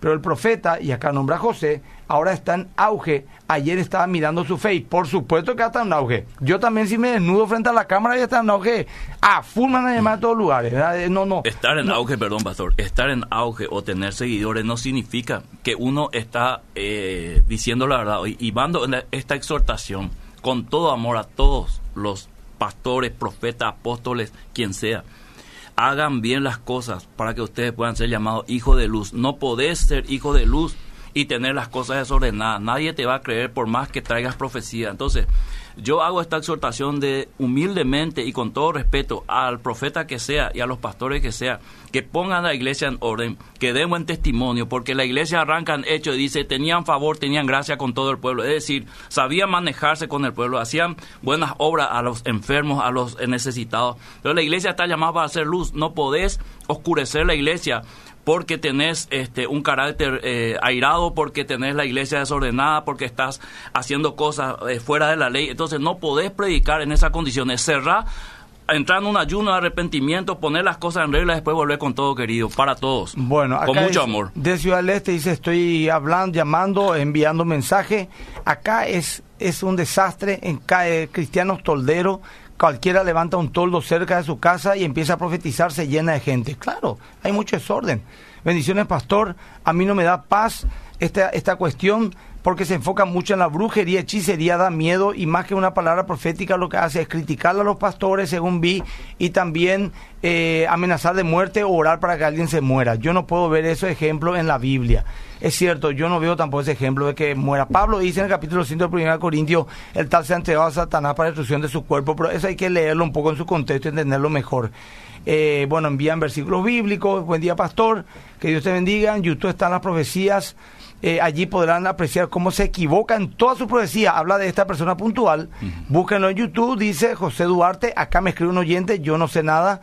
Pero el profeta, y acá nombra a José, ahora está en auge. Ayer estaba mirando su face. Por supuesto que está en auge. Yo también, si me desnudo frente a la cámara, ya está en auge. Ah, full man a llamar a todos lugares, ¿verdad? No, no. Estar en no. auge, perdón, pastor. Estar en auge o tener seguidores no significa que uno está eh, diciendo la verdad. Y, y mando esta exhortación con todo amor a todos los pastores, profetas, apóstoles, quien sea. Hagan bien las cosas para que ustedes puedan ser llamados hijos de luz. No podés ser hijo de luz y tener las cosas desordenadas. Nadie te va a creer por más que traigas profecía. Entonces, yo hago esta exhortación de humildemente y con todo respeto al profeta que sea y a los pastores que sea, que pongan la iglesia en orden, que den buen testimonio, porque la iglesia arranca en hecho y dice, tenían favor, tenían gracia con todo el pueblo, es decir, sabían manejarse con el pueblo, hacían buenas obras a los enfermos, a los necesitados. Pero la iglesia está llamada para hacer luz, no podés oscurecer la iglesia porque tenés este un carácter eh, airado, porque tenés la iglesia desordenada, porque estás haciendo cosas eh, fuera de la ley. Entonces no podés predicar en esas condiciones. Cerrar, entrar en un ayuno de arrepentimiento, poner las cosas en regla y después volver con todo, querido, para todos. Bueno, acá con mucho es, amor. De Ciudad del Este dice, estoy hablando, llamando, enviando mensaje. Acá es, es un desastre, en cae cristianos tolderos. Cualquiera levanta un toldo cerca de su casa y empieza a profetizar, se llena de gente. Claro, hay mucho desorden. Bendiciones, pastor. A mí no me da paz esta, esta cuestión porque se enfoca mucho en la brujería, hechicería, da miedo, y más que una palabra profética lo que hace es criticar a los pastores, según vi, y también eh, amenazar de muerte o orar para que alguien se muera. Yo no puedo ver ese ejemplo en la Biblia. Es cierto, yo no veo tampoco ese ejemplo de que muera. Pablo dice en el capítulo cinco de primera Corintios, el tal se ha entregado a Satanás para destrucción de su cuerpo, pero eso hay que leerlo un poco en su contexto y entenderlo mejor. Eh, bueno, envían versículos bíblicos. Buen día, pastor, que Dios te bendiga. En YouTube están las profecías. Eh, allí podrán apreciar cómo se equivoca en toda su profecía. Habla de esta persona puntual. Uh-huh. Búsquenlo en YouTube, dice José Duarte. Acá me escribe un oyente, yo no sé nada.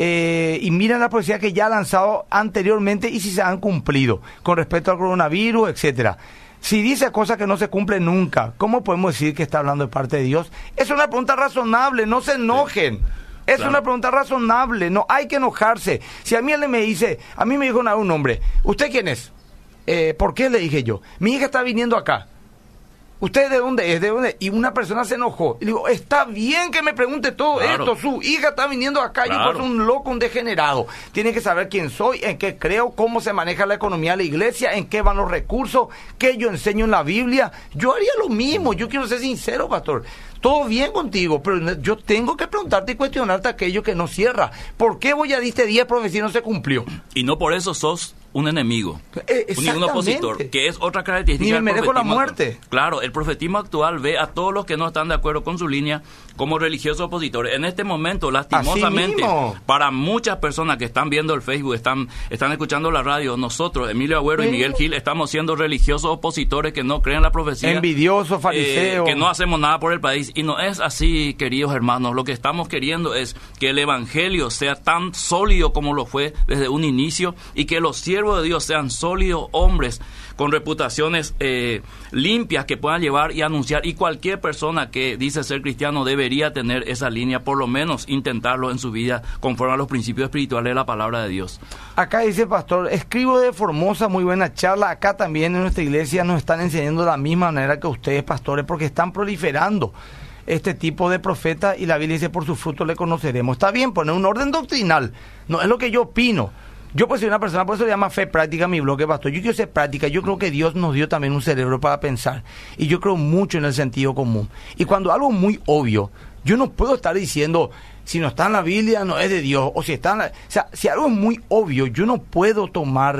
Eh, y miren la profecía que ya ha lanzado anteriormente y si se han cumplido con respecto al coronavirus, etcétera. Si dice cosas que no se cumplen nunca, ¿cómo podemos decir que está hablando de parte de Dios? Es una pregunta razonable, no se enojen. Sí. Es claro. Una pregunta razonable, no hay que enojarse. Si a mí él me dice, a mí me dijo una, un hombre, ¿usted quién es? Eh, ¿Por qué? Le dije yo. Mi hija está viniendo acá. ¿Usted de dónde es? ¿De dónde? Y una persona se enojó. Y le digo, está bien que me pregunte todo claro. esto. Su hija está viniendo acá. Claro. Yo soy un loco, un degenerado. Tiene que saber quién soy, en qué creo, cómo se maneja la economía de la iglesia, en qué van los recursos, qué yo enseño en la Biblia. Yo haría lo mismo. Yo quiero ser sincero, pastor. Todo bien contigo, pero yo tengo que preguntarte y cuestionarte aquello que no cierra. ¿Por qué vos ya diste diez profecías y no se cumplió? Y no por eso sos un enemigo, eh, un opositor, que es otra característica. Ni me merezco la muerte. Claro, el profetismo actual ve a todos los que no están de acuerdo con su línea como religiosos opositores. En este momento, lastimosamente, para muchas personas que están viendo el Facebook, están, están escuchando la radio, nosotros, Emilio Agüero ¿Sí? y Miguel Gil, estamos siendo religiosos opositores que no creen la profecía. Envidiosos, fariseos. Eh, que no hacemos nada por el país. Y no es así, queridos hermanos. Lo que estamos queriendo es que el evangelio sea tan sólido como lo fue desde un inicio y que los siervos de Dios sean sólidos hombres con reputaciones eh, limpias que puedan llevar y anunciar, y cualquier persona que dice ser cristiano debería tener esa línea, por lo menos intentarlo en su vida conforme a los principios espirituales de la palabra de Dios. Acá dice pastor, escribo de Formosa, muy buena charla. Acá también en nuestra iglesia nos están enseñando de la misma manera que ustedes, pastores, porque están proliferando este tipo de profetas y la Biblia dice por su fruto le conoceremos. Está bien poner un orden doctrinal, no es lo que yo opino. Yo pues soy una persona, por eso se llama Fe Práctica mi bloque, pastor. Yo quiero ser práctica, yo creo que Dios nos dio también un cerebro para pensar. Y yo creo mucho en el sentido común. Y cuando algo muy obvio, yo no puedo estar diciendo, si no está en la Biblia, no es de Dios. O si está en la... O sea, si algo es muy obvio, yo no puedo tomar...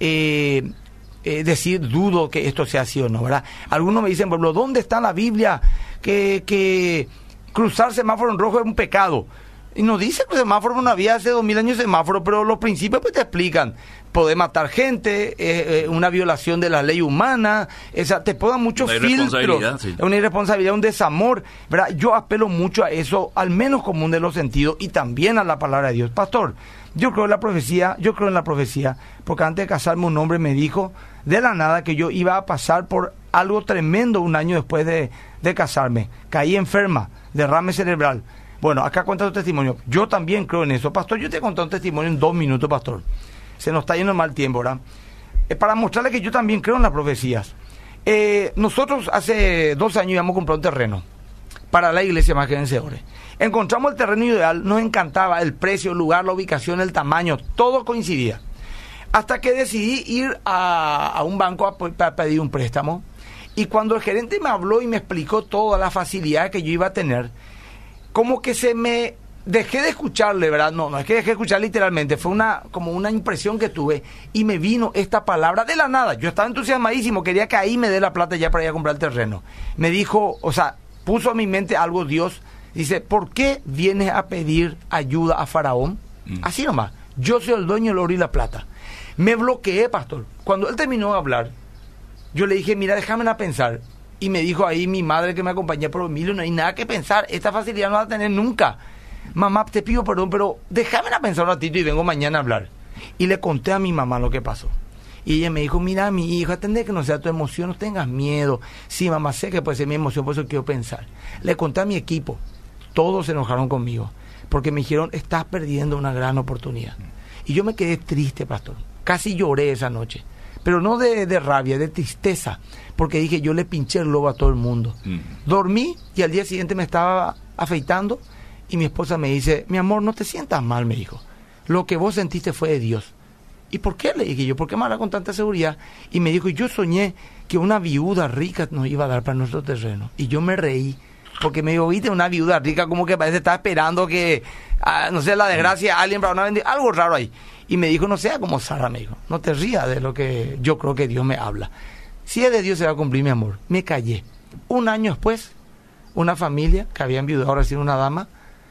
Eh, eh, decir, dudo que esto sea así o no, ¿verdad? Algunos me dicen, por ejemplo, ¿dónde está en la Biblia que, que cruzar semáforo en rojo es un pecado? Y nos dice que el semáforo no había hace dos mil años semáforo, pero los principios pues te explican. Poder matar gente, eh, eh, una violación de la ley humana, esa, te ponen muchos una filtros. Sí. Una irresponsabilidad, un desamor, ¿verdad? Yo apelo mucho a eso, al menos común de los sentidos, y también a la palabra de Dios. Pastor, yo creo en la profecía, yo creo en la profecía, porque antes de casarme un hombre me dijo de la nada que yo iba a pasar por algo tremendo un año después de, de casarme. Caí enferma, derrame cerebral. Bueno, acá cuenta tu testimonio. Yo también creo en eso. Pastor, yo te he contado un testimonio en dos minutos, pastor. Se nos está yendo el mal tiempo, ¿verdad? eh, para mostrarle que yo también creo en las profecías. Eh, nosotros hace dos años íbamos a comprar un terreno para la iglesia Más que Vencedores. Encontramos el terreno ideal, nos encantaba el precio, el lugar, la ubicación, el tamaño, todo coincidía. Hasta que decidí ir a, a un banco a, a pedir un préstamo. Y cuando el gerente me habló y me explicó todas las facilidades que yo iba a tener, como que se me... Dejé de escucharle, ¿verdad? No, no es que dejé de escuchar literalmente, fue una como una impresión que tuve y me vino esta palabra de la nada. Yo estaba entusiasmadísimo, quería que ahí me dé la plata ya para ir a comprar el terreno. Me dijo, o sea, puso a mi mente algo Dios, dice, ¿por qué vienes a pedir ayuda a Faraón? Mm. Así nomás, yo soy el dueño del oro y la plata. Me bloqueé, pastor. Cuando él terminó de hablar, yo le dije, mira, déjame a pensar. Y me dijo ahí mi madre que me acompañó, pero Emilio, no hay nada que pensar, esta facilidad no vas a tener nunca. Mamá, te pido perdón, pero déjame a pensar un ratito y vengo mañana a hablar. Y le conté a mi mamá lo que pasó. Y ella me dijo, mira, mi hijo, atendé que no sea tu emoción, no tengas miedo. Sí, mamá, sé que puede ser mi emoción, por eso quiero pensar. Le conté a mi equipo, todos se enojaron conmigo, porque me dijeron, estás perdiendo una gran oportunidad. Y yo me quedé triste, pastor. Casi lloré esa noche. Pero no de, de rabia, de tristeza. Porque dije, yo le pinché el globo a todo el mundo. Mm. Dormí y al día siguiente me estaba afeitando. Y mi esposa me dice, mi amor, no te sientas mal, me dijo. Lo que vos sentiste fue de Dios. ¿Y por qué? Le dije yo, ¿por qué me habla con tanta seguridad? Y me dijo, yo soñé que una viuda rica nos iba a dar para nuestro terreno. Y yo me reí. Porque me dijo, viste, una viuda rica, como que parece que estaba esperando que, ah, no sé, la desgracia, alguien para una bendición, algo raro ahí. Y me dijo, no sea como Sara, me dijo, no te rías de lo que yo creo que Dios me habla. Si es de Dios se va a cumplir, mi amor. Me callé. Un año después, una familia que había enviudado recién una dama,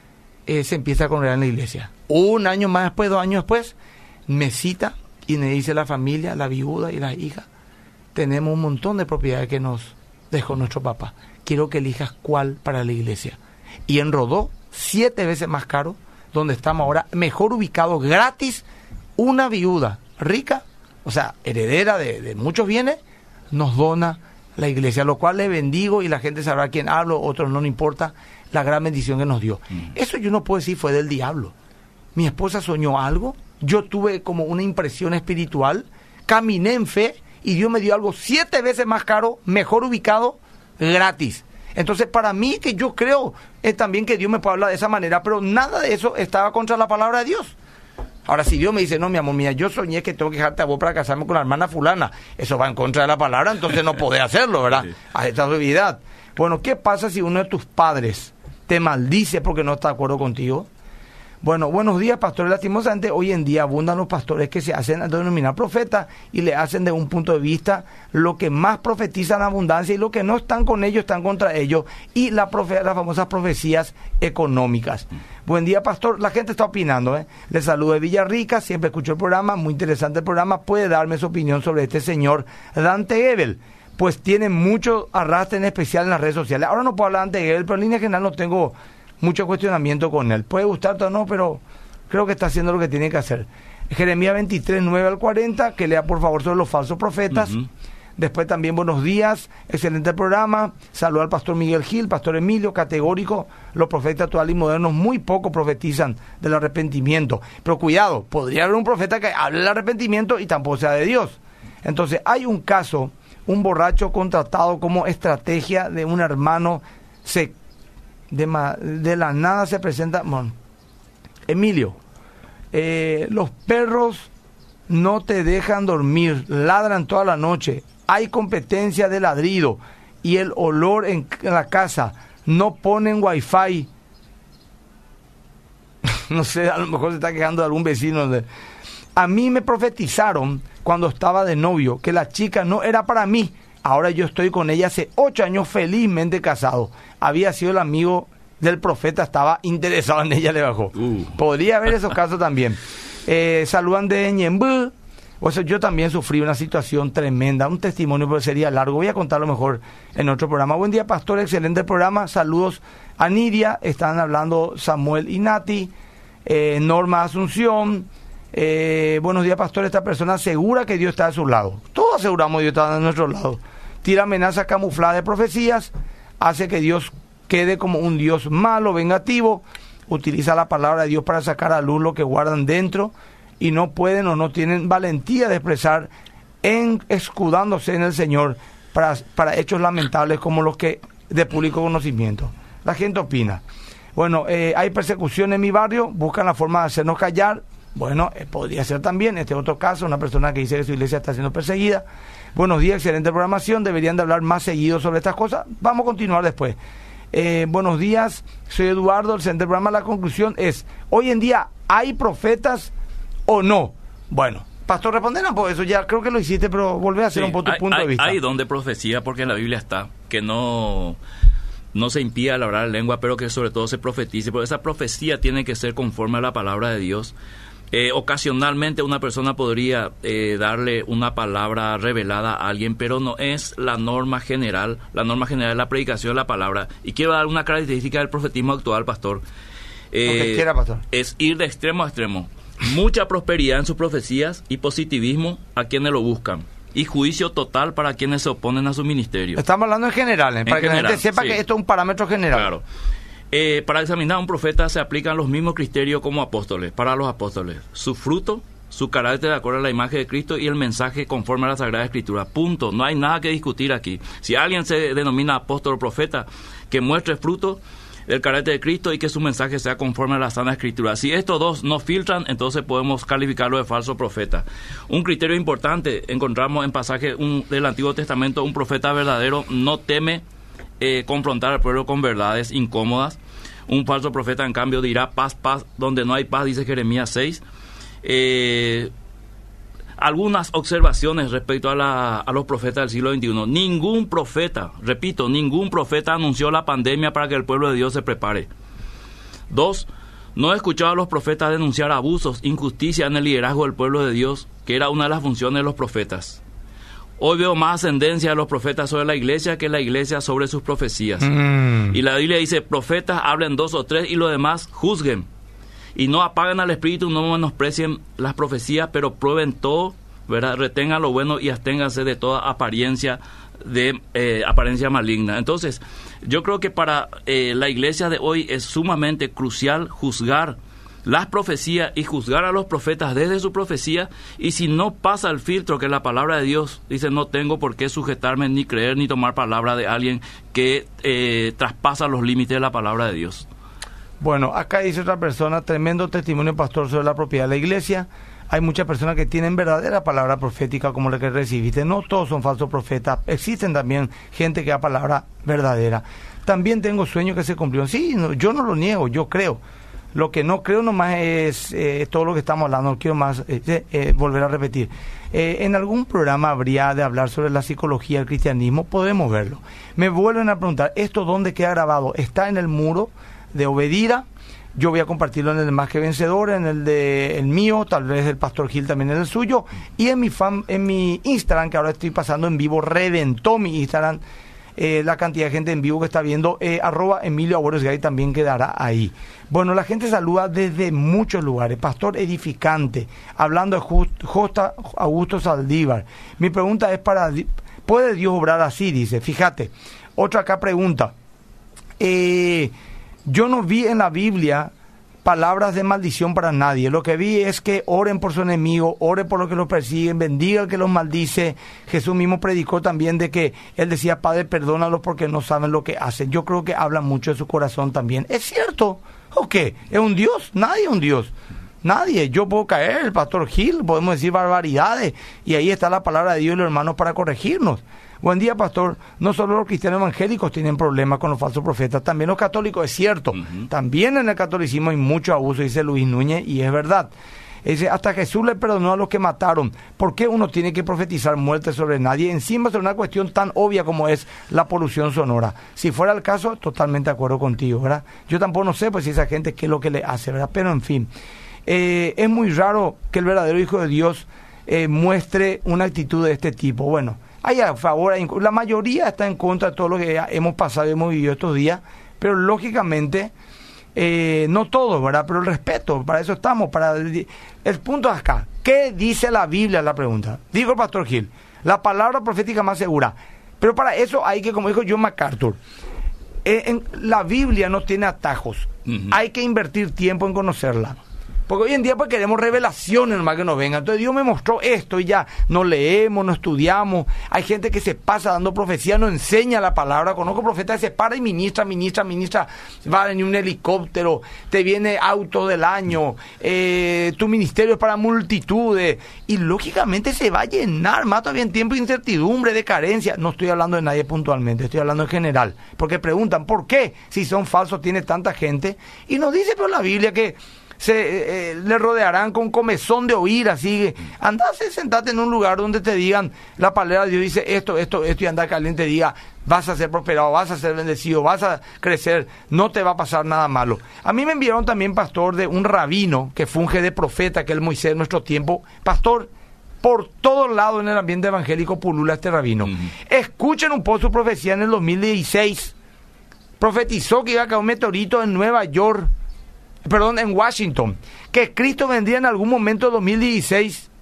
eh, se empieza a congregar en la iglesia. Un año más después, dos años después, me cita y me dice la familia, la viuda y las hijas, tenemos un montón de propiedades que nos dejó nuestro papá. Quiero que elijas cuál para la iglesia. Y en Rodó, siete veces más caro, donde estamos ahora, mejor ubicado, gratis, una viuda rica, o sea, heredera de, de muchos bienes, nos dona la iglesia, lo cual le bendigo y la gente sabrá quién hablo, otros no, no importa, la gran bendición que nos dio. Mm. Eso yo no puedo decir fue del diablo. Mi esposa soñó algo, yo tuve como una impresión espiritual, caminé en fe y Dios me dio algo siete veces más caro, mejor ubicado, gratis. Entonces, para mí, que yo creo es también que Dios me puede hablar de esa manera, pero nada de eso estaba contra la palabra de Dios. Ahora, si Dios me dice, no, mi amor, mía, yo soñé que tengo que dejarte a vos para casarme con la hermana fulana, eso va en contra de la palabra, entonces no podés hacerlo, ¿verdad? Sí. A esta habilidad. Bueno, ¿qué pasa si uno de tus padres te maldice porque no está de acuerdo contigo? Bueno, buenos días, pastores. Lastimosamente, hoy en día abundan los pastores que se hacen denominar profetas y le hacen de un punto de vista lo que más profetizan abundancia y lo que no están con ellos están contra ellos y la profe las famosas profecías económicas. Buen día, pastor. La gente está opinando, ¿eh? Les saludo de Villarrica, siempre escucho el programa, muy interesante el programa. ¿Puede darme su opinión sobre este señor Dante Gebel? Pues tiene mucho arrastre, en especial en las redes sociales. Ahora no puedo hablar de Dante Gebel, pero en línea general no tengo mucho cuestionamiento con él. Puede gustarte o no, pero creo que está haciendo lo que tiene que hacer. Jeremías veintitrés, nueve al cuarenta, que lea por favor sobre los falsos profetas. Uh-huh. Después también buenos días, excelente programa. Saludo al pastor Miguel Gil, pastor Emilio, categórico. Los profetas actuales y modernos muy poco profetizan del arrepentimiento. Pero cuidado, podría haber un profeta que hable del arrepentimiento y tampoco sea de Dios. Entonces hay un caso, un borracho contratado como estrategia de un hermano se De, ma, de la nada se presenta, bueno, Emilio, eh, los perros no te dejan dormir, ladran toda la noche, hay competencia de ladrido y el olor en la casa, no ponen wifi, no sé, a lo mejor se está quejando de algún vecino. De... A mí me profetizaron cuando estaba de novio que la chica no era para mí. Ahora yo estoy con ella hace ocho años felizmente casado. Había sido el amigo del profeta, estaba interesado en ella, le bajó. Uh. Podría haber esos casos también. Eh, saludan de Ñembú. O sea, yo también sufrí una situación tremenda, un testimonio, pero sería largo. Voy a contarlo mejor en otro programa. Buen día, pastor, excelente programa. Saludos a Nidia. Están hablando Samuel y Nati. Eh, Norma Asunción. Eh, buenos días, pastor. Esta persona asegura que Dios está a su lado. Todos aseguramos que Dios está a nuestro lado. Tira amenazas camufladas de profecías. Hace que Dios quede como un Dios malo, vengativo. Utiliza la palabra de Dios para sacar a luz lo que guardan dentro y no pueden o no tienen valentía de expresar en, escudándose en el Señor para, para hechos lamentables como los que de público conocimiento. La gente opina. Bueno, eh, hay persecución en mi barrio, buscan la forma de hacernos callar. Bueno, eh, podría ser también, este otro caso, una persona que dice que su iglesia está siendo perseguida. Buenos días, excelente programación, deberían de hablar más seguido sobre estas cosas. Vamos a continuar después. Eh, buenos días, soy Eduardo, el excelente programa. La conclusión es, hoy en día, ¿hay profetas o no? Bueno, pastor, responderán por eso, ya creo que lo hiciste, pero volvé a hacer sí, un poco tu hay, punto hay, de vista. Hay don de profecía, porque en la Biblia está, que no... no se impida el hablar lengua, pero que sobre todo se profetice, porque esa profecía tiene que ser conforme a la palabra de Dios. Eh, ocasionalmente una persona podría eh, darle una palabra revelada a alguien, pero no es la norma general. La norma general es la predicación de la palabra. Y quiero dar una característica del profetismo actual, pastor. Eh, quiera, pastor. Es ir de extremo a extremo. Mucha prosperidad en sus profecías y positivismo a quienes lo buscan. Y juicio total para quienes se oponen a su ministerio. Estamos hablando en general, ¿eh? En para general, que la gente sepa sí. que esto es un parámetro general. Claro. Eh, para examinar a un profeta se aplican los mismos criterios como apóstoles, para los apóstoles. Su fruto, su carácter de acuerdo a la imagen de Cristo y el mensaje conforme a la Sagrada Escritura. Punto. No hay nada que discutir aquí. Si alguien se denomina apóstol o profeta, que muestre fruto del carácter de Cristo y que su mensaje sea conforme a la sana Escritura. Si estos dos no filtran, entonces podemos calificarlo de falso profeta. Un criterio importante, encontramos en pasaje un, del Antiguo Testamento, un profeta verdadero no teme eh, confrontar al pueblo con verdades incómodas. Un falso profeta, en cambio, dirá paz, paz, donde no hay paz, dice Jeremías seis. Eh, algunas observaciones respecto a, la, a los profetas del siglo veintiuno. Ningún profeta, repito, ningún profeta anunció la pandemia para que el pueblo de Dios se prepare. Dos, no he escuchado a los profetas denunciar abusos, injusticia en el liderazgo del pueblo de Dios, que era una de las funciones de los profetas. Hoy veo más ascendencia de los profetas sobre la iglesia que la iglesia sobre sus profecías. Mm. Y la Biblia dice, profetas hablen dos o tres y los demás juzguen. Y no apaguen al espíritu, no menosprecien las profecías, pero prueben todo, ¿verdad? Retengan lo bueno y absténganse de toda apariencia de eh, apariencia maligna. Entonces, yo creo que para eh, la iglesia de hoy es sumamente crucial juzgar las profecías y juzgar a los profetas desde su profecía, y si no pasa el filtro que la palabra de Dios dice, no tengo por qué sujetarme ni creer ni tomar palabra de alguien que eh, traspasa los límites de la palabra de Dios. Bueno, acá dice otra persona, tremendo testimonio, pastor, sobre la propiedad de la iglesia. Hay muchas personas que tienen verdadera palabra profética como la que recibiste. No todos son falsos profetas. Existen también gente que da palabra verdadera. También tengo sueños que se cumplieron. Sí, no, yo no lo niego, yo creo. Lo que no creo nomás es eh, todo lo que estamos hablando. No quiero más eh, eh, volver a repetir. Eh, en algún programa habría de hablar sobre la psicología del cristianismo. Podemos verlo. Me vuelven a preguntar, ¿esto dónde queda grabado? ¿Está en el muro de Obedira? Yo voy a compartirlo en el Más que Vencedor, en el de el mío, tal vez el Pastor Gil también en el suyo, y en mi fan, en mi Instagram, que ahora estoy pasando en vivo, reventó mi Instagram, eh, la cantidad de gente en vivo que está viendo, eh, arroba Emilio Abuelos Gay también quedará ahí. Bueno, la gente saluda desde muchos lugares. Pastor edificante, hablando de Just, Josta Augusto Saldívar. Mi pregunta es para, ¿puede Dios obrar así? Dice, fíjate. Otra acá pregunta, eh... yo no vi en la Biblia palabras de maldición para nadie. Lo que vi es que oren por su enemigo, oren por los que los persiguen, bendiga al que los maldice. Jesús mismo predicó también de que él decía, Padre, perdónalos porque no saben lo que hacen. Yo creo que habla mucho de su corazón también. ¿Es cierto? ¿O qué? ¿Es un Dios? Nadie es un Dios. Nadie. Yo puedo caer, el Pastor Gil, podemos decir barbaridades. Y ahí está la palabra de Dios y los hermanos para corregirnos. Buen día, pastor. No solo los cristianos evangélicos tienen problemas con los falsos profetas, también los católicos, es cierto. Uh-huh. También en el catolicismo hay mucho abuso, dice Luis Núñez, y es verdad. Dice, hasta Jesús le perdonó a los que mataron. ¿Por qué uno tiene que profetizar muerte sobre nadie? Encima sobre una cuestión tan obvia como es la polución sonora. Si fuera el caso, totalmente de acuerdo contigo, ¿verdad? Yo tampoco no sé, pues, si esa gente qué es lo que le hace, ¿verdad? Pero, en fin, eh, es muy raro que el verdadero Hijo de Dios eh, muestre una actitud de este tipo. Bueno, hay a favor, hay, la mayoría está en contra de todo lo que hemos pasado y hemos vivido estos días, pero lógicamente, eh, no todos, ¿verdad? Pero el respeto, para eso estamos. Para el, el punto es acá, ¿qué dice la Biblia? La pregunta. Dijo el Pastor Gil, la palabra profética más segura. Pero para eso hay que, como dijo John MacArthur, eh, en, la Biblia no tiene atajos. Uh-huh. Hay que invertir tiempo en conocerla. Porque hoy en día pues queremos revelaciones nomás que nos vengan. Entonces Dios me mostró esto y ya no leemos, no estudiamos. Hay gente que se pasa dando profecía, no enseña la palabra. Conozco profetas que se para y ministra, ministra, ministra. Va en un helicóptero, te viene auto del año, eh, tu ministerio es para multitudes. Y lógicamente se va a llenar, más todavía en tiempo de incertidumbre, de carencia. No estoy hablando de nadie puntualmente, estoy hablando en general. Porque preguntan, ¿por qué? Si son falsos tiene tanta gente. Y nos dice por la Biblia que se eh, le rodearán con comezón de oír, así. Andase, sentate en un lugar donde te digan, la palabra de Dios dice esto, esto, esto, y anda que alguien te diga, vas a ser prosperado, vas a ser bendecido, vas a crecer, no te va a pasar nada malo. A mí me enviaron también, pastor, de un rabino que funge de profeta, que es el Moisés de nuestro tiempo. Pastor, por todos lados en el ambiente evangélico pulula este rabino. Uh-huh. Escuchen un poco su profecía en el dos mil dieciséis. Profetizó que iba a caer un meteorito en Nueva York, perdón, en Washington, que Cristo vendría en algún momento de dos mil dieciséis.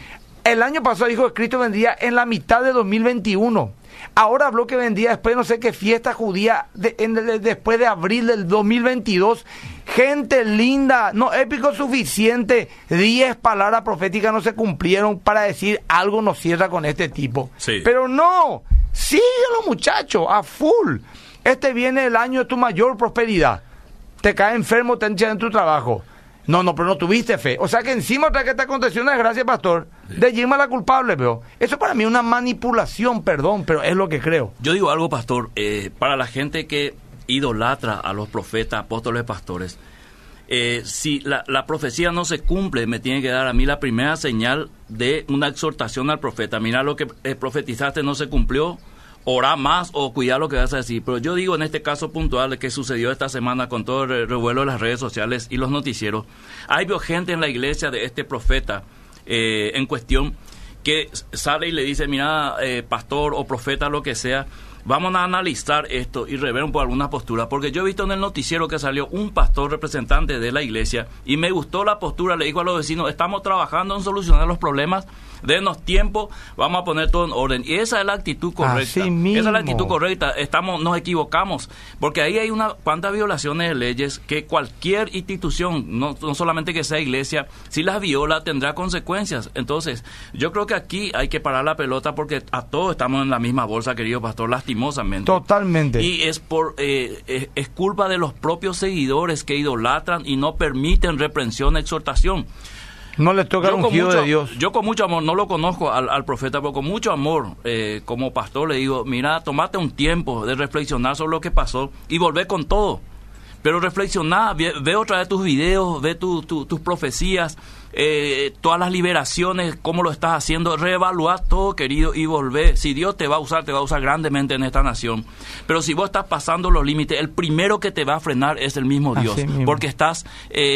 El año pasado dijo que Cristo vendría en la mitad de dos mil veintiuno. Ahora habló que vendría después, no sé qué fiesta judía, de, en, de, después de abril del dos mil veintidós. Gente linda, no épico suficiente. Diez palabras proféticas no se cumplieron para decir algo nos cierra con este tipo. Sí. Pero no, síguelo muchachos, a full. Este viene el año de tu mayor prosperidad. Te cae enfermo, te echan en tu trabajo. No, no, pero no tuviste fe. O sea que encima otra que te aconteció una desgracia, pastor, sí. De Yima la culpable, veo. Eso para mí es una manipulación, perdón, pero es lo que creo. Yo digo algo, pastor, eh, para la gente que idolatra a los profetas, apóstoles, pastores, eh, si la, la profecía no se cumple, me tiene que dar a mí la primera señal de una exhortación al profeta. Mira, lo que eh, profetizaste no se cumplió, orá más o cuidar lo que vas a decir. Pero yo digo en este caso puntual que sucedió esta semana con todo el revuelo de las redes sociales y los noticieros, hay gente en la iglesia de este profeta eh, en cuestión que sale y le dice, mira, eh, pastor o profeta, lo que sea, vamos a analizar esto y rever un poco algunas posturas, porque yo he visto en el noticiero que salió un pastor representante de la iglesia y me gustó la postura, le dijo a los vecinos, estamos trabajando en solucionar los problemas, denos tiempo, vamos a poner todo en orden. Y esa es la actitud correcta. Así mismo. Esa es la actitud correcta. Estamos, nos equivocamos, porque ahí hay una cuantas violaciones de leyes que cualquier institución, no, no solamente que sea iglesia, si las viola tendrá consecuencias. Entonces, yo creo que aquí hay que parar la pelota porque a todos estamos en la misma bolsa, querido pastor, lastimosamente. Totalmente. Y es por eh, es, es culpa de los propios seguidores que idolatran y no permiten reprensión, exhortación. No le toca un ungido de Dios. Yo con mucho amor, no lo conozco al, al profeta, pero con mucho amor, eh, como pastor le digo, mira, tomate un tiempo de reflexionar sobre lo que pasó y volver con todo. Pero reflexioná, ve, ve otra vez tus videos, ve tu, tu, tus profecías, eh, todas las liberaciones, cómo lo estás haciendo, reevaluá todo, querido, y volvé. Si Dios te va a usar, te va a usar grandemente en esta nación. Pero si vos estás pasando los límites, el primero que te va a frenar es el mismo Dios. Mismo. Porque estás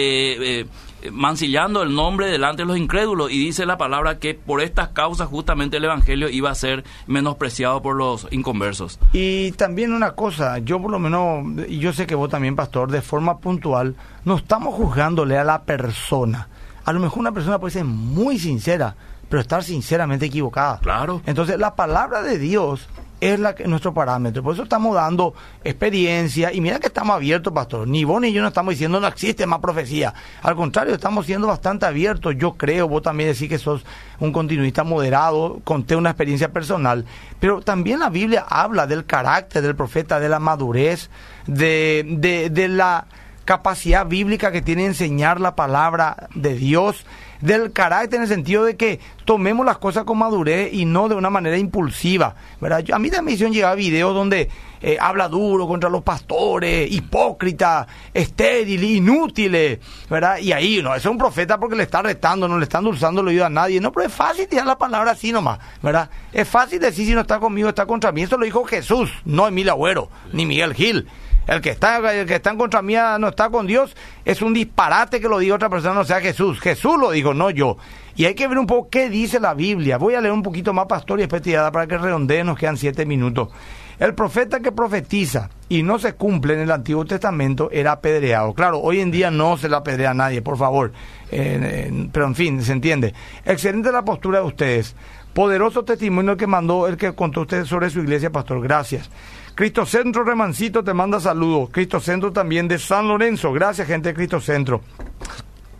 eh, eh, mancillando el nombre delante de los incrédulos. Y dice la palabra que por estas causas justamente el evangelio iba a ser menospreciado por los inconversos. Y también una cosa, yo por lo menos, y yo sé que vos también, pastor, de forma puntual, no estamos juzgándole a la persona. A lo mejor una persona puede ser muy sincera, pero estar sinceramente equivocada. Claro. Entonces, la palabra de Dios es la que, nuestro parámetro. Por eso estamos dando experiencia. Y mira que estamos abiertos, pastor. Ni vos ni yo no estamos diciendo no existe más profecía. Al contrario, estamos siendo bastante abiertos. Yo creo, vos también decís que sos un continuista moderado. Conté una experiencia personal. Pero también la Biblia habla del carácter del profeta, de la madurez, de, de, de la capacidad bíblica que tiene de enseñar la palabra de Dios, del carácter en el sentido de que tomemos las cosas con madurez y no de una manera impulsiva, ¿verdad? Yo, a mí también me hicieron llegar videos donde eh, habla duro contra los pastores, hipócritas, estériles, inútiles, ¿verdad? Y ahí, no, ese es un profeta porque le está retando, no le está endulzando el oído a nadie. No, pero es fácil tirar la palabra así nomás, ¿verdad? Es fácil decir si no está conmigo, está contra mí. Eso lo dijo Jesús, no Emilio Agüero, ni Miguel Gil. El que está el que está en contra mía no está con Dios. Es un disparate que lo diga otra persona, no sea Jesús. Jesús lo dijo, no yo. Y hay que ver un poco qué dice la Biblia. Voy a leer un poquito más, pastor, y después tirada para que redondee, nos quedan siete minutos. El profeta que profetiza y no se cumple en el Antiguo Testamento era apedreado. Claro, hoy en día no se le apedrea a nadie, por favor. Eh, eh, pero en fin, se entiende. Excelente la postura de ustedes. Poderoso testimonio que mandó el que contó usted sobre su iglesia, pastor. Gracias. Cristo Centro Remancito te manda saludos. Cristo Centro también de San Lorenzo. Gracias, gente de Cristo Centro.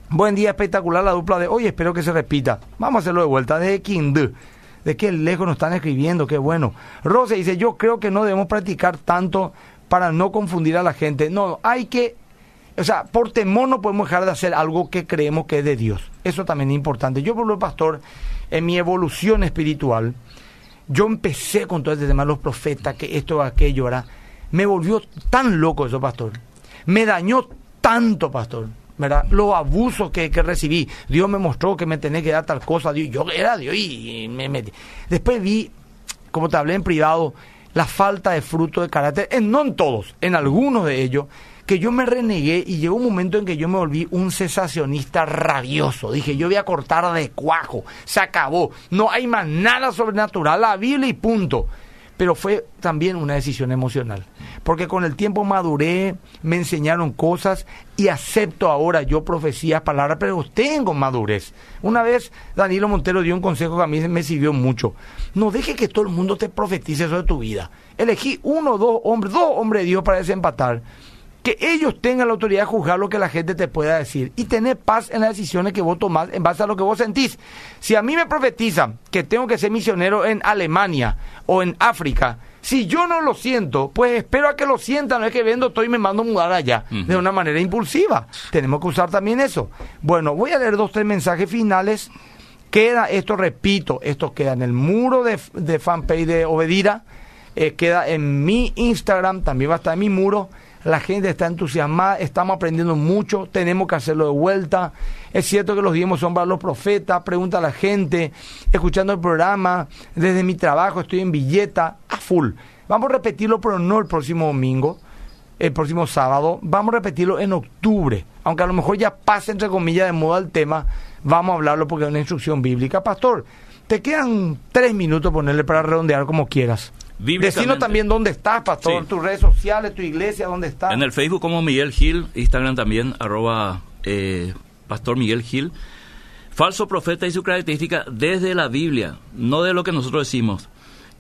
Buen día, espectacular la dupla de hoy, espero que se repita. Vamos a hacerlo de vuelta, de Kind. De qué lejos nos están escribiendo, qué bueno. Rose dice, yo creo que no debemos practicar tanto para no confundir a la gente. No, hay que, o sea, por temor no podemos dejar de hacer algo que creemos que es de Dios. Eso también es importante. Yo, por lo pastor, en mi evolución espiritual, yo empecé con todo este tema de los profetas, que esto, aquello, ¿verdad? Me volvió tan loco eso, pastor. Me dañó tanto, pastor, ¿verdad? Los abusos que, que recibí. Dios me mostró que me tenía que dar tal cosa. Dios, yo era Dios y me metí. Después vi, como te hablé en privado, la falta de fruto de carácter, en, no en todos, en algunos de ellos, que yo me renegué y llegó un momento en que yo me volví un cesacionista rabioso. Dije, yo voy a cortar de cuajo, se acabó, no hay más nada sobrenatural, la Biblia y punto. Pero fue también una decisión emocional, porque con el tiempo maduré, me enseñaron cosas y acepto ahora yo profecías, palabras, pero tengo madurez. Una vez Danilo Montero dio un consejo que a mí me sirvió mucho. No dejes que todo el mundo te profetice sobre tu vida. Elegí uno o dos hombres, dos hombres de Dios para desempatar, que ellos tengan la autoridad de juzgar lo que la gente te pueda decir y tener paz en las decisiones que vos tomás en base a lo que vos sentís. Si a mí me profetizan que tengo que ser misionero en Alemania o en África, si yo no lo siento, pues espero a que lo sientan, no es que vendo todo y me mando a mudar allá, uh-huh, de una manera impulsiva. Tenemos que usar también eso. Bueno, voy a leer dos, tres mensajes finales. Queda, esto repito, esto queda en el muro de, de fanpage de Obedira, eh, queda en mi Instagram, también va a estar en mi muro. La gente está entusiasmada, estamos aprendiendo mucho, tenemos que hacerlo de vuelta. Es cierto que los diezmos son para los profetas, pregunta a la gente, escuchando el programa, desde mi trabajo estoy en Villeta, a full. Vamos a repetirlo, pero no el próximo domingo, el próximo sábado, vamos a repetirlo en octubre, aunque a lo mejor ya pase entre comillas de moda el tema, vamos a hablarlo porque es una instrucción bíblica. Pastor, te quedan tres minutos ponerle para redondear como quieras. Decinos también dónde estás, pastor, sí, tus redes sociales, tu iglesia, dónde estás. En el Facebook como Miguel Gil, Instagram también, arroba eh, Pastor Miguel Gil. Falso profeta y su característica desde la Biblia, no de lo que nosotros decimos.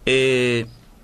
Eh,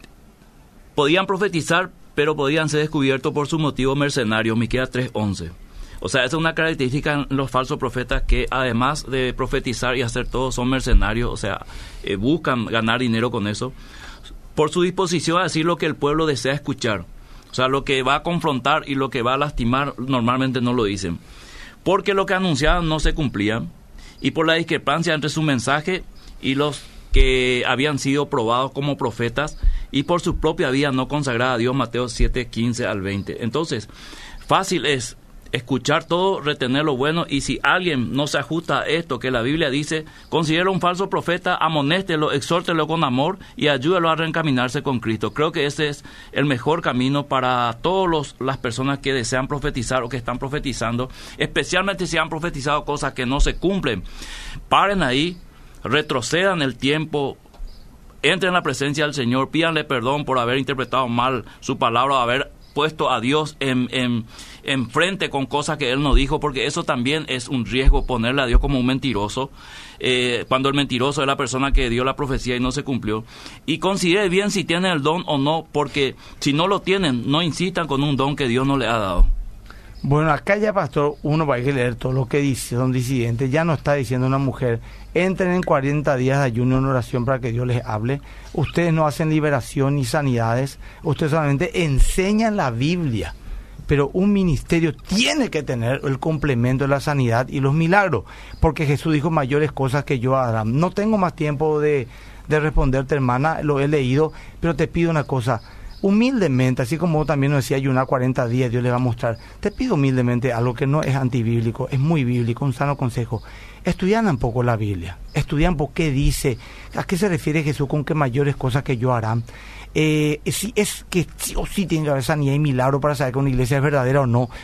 podían profetizar, pero podían ser descubiertos por su motivo mercenario, Miqueas tres once. O sea, esa es una característica en los falsos profetas, que además de profetizar y hacer todo, son mercenarios, o sea, eh, buscan ganar dinero con eso, por su disposición a decir lo que el pueblo desea escuchar. O sea, lo que va a confrontar y lo que va a lastimar normalmente no lo dicen, porque lo que anunciaban no se cumplía, y por la discrepancia entre su mensaje y los que habían sido probados como profetas, y por su propia vida no consagrada a Dios, Mateo siete, quince al veinte. Entonces, fácil es escuchar todo, retener lo bueno, y si alguien no se ajusta a esto que la Biblia dice, considera un falso profeta, amonéstelo, exhórtelo con amor y ayúdalo a reencaminarse con Cristo. Creo que ese es el mejor camino para todas las personas que desean profetizar o que están profetizando, especialmente si han profetizado cosas que no se cumplen. Paren ahí, retrocedan el tiempo, entren en la presencia del Señor, pídanle perdón por haber interpretado mal su palabra, haber puesto a Dios en, en, en frente con cosas que Él no dijo, porque eso también es un riesgo, ponerle a Dios como un mentiroso, eh, cuando el mentiroso es la persona que dio la profecía y no se cumplió. Y considere bien si tienen el don o no, porque si no lo tienen, no insistan con un don que Dios no le ha dado. Bueno, acá ya, pastor, uno va a leer todo lo que dice, son disidentes. Ya no está diciendo una mujer, entren en cuarenta días de ayuno en oración para que Dios les hable. Ustedes no hacen liberación ni sanidades, ustedes solamente enseñan la Biblia. Pero un ministerio tiene que tener el complemento de la sanidad y los milagros, porque Jesús dijo, mayores cosas que yo haré. No tengo más tiempo de, de responderte, hermana, lo he leído, pero te pido una cosa. Humildemente, así como también nos decía ayunar cuarenta días, Dios le va a mostrar. Te pido humildemente algo que no es antibíblico, es muy bíblico, un sano consejo. Estudian un poco la Biblia, estudian por qué dice, a qué se refiere Jesús con que mayores cosas que yo harán. Eh, si es que sí o sí tiene que haber sanidad y milagro para saber que una iglesia es verdadera o no.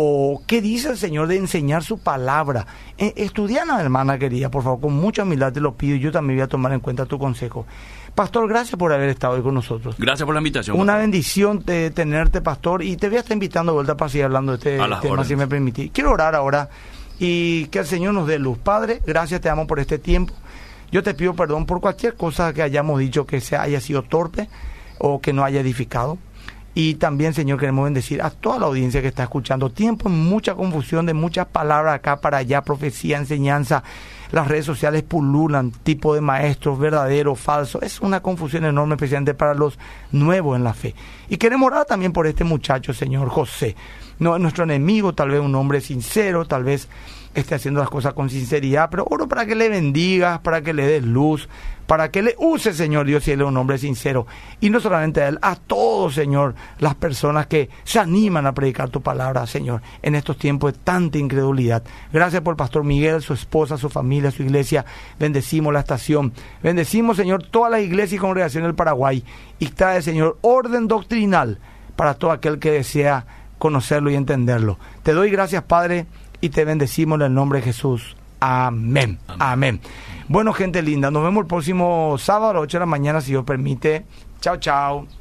O qué dice el Señor de enseñar su palabra. Eh, estudiana, hermana querida, por favor, con mucha humildad te lo pido, y yo también voy a tomar en cuenta tu consejo. Pastor, gracias por haber estado hoy con nosotros. Gracias por la invitación. Una pastor. bendición de tenerte, pastor, y te voy a estar invitando de vuelta para seguir hablando de este tema, órdenes. Si me permitís. Quiero orar ahora y que el Señor nos dé luz. Padre, gracias, te amo por este tiempo. Yo te pido perdón por cualquier cosa que hayamos dicho que se haya sido torpe o que no haya edificado. Y también, Señor, queremos bendecir a toda la audiencia que está escuchando. Tiempo, mucha confusión de muchas palabras acá para allá, profecía, enseñanza. Las redes sociales pululan, tipo de maestros, verdadero, falso. Es una confusión enorme, especialmente para los nuevos en la fe. Y queremos orar también por este muchacho, Señor José. No es nuestro enemigo, tal vez un hombre sincero, tal vez esté haciendo las cosas con sinceridad, pero oro para que le bendigas, para que le des luz, para que le use, Señor Dios, si él es un hombre sincero. Y no solamente a él, a todos, Señor, las personas que se animan a predicar tu palabra, Señor, en estos tiempos de tanta incredulidad. Gracias por el pastor Miguel, su esposa, su familia, su iglesia. Bendecimos la estación. Bendecimos, Señor, todas las iglesias y congregaciones del Paraguay. Y trae, Señor, orden doctrinal para todo aquel que desea conocerlo y entenderlo. Te doy gracias, Padre, y te bendecimos en el nombre de Jesús. Amén. Amén. Amén. Bueno, gente linda, nos vemos el próximo sábado a las ocho de la mañana, si Dios permite. Chao, chao.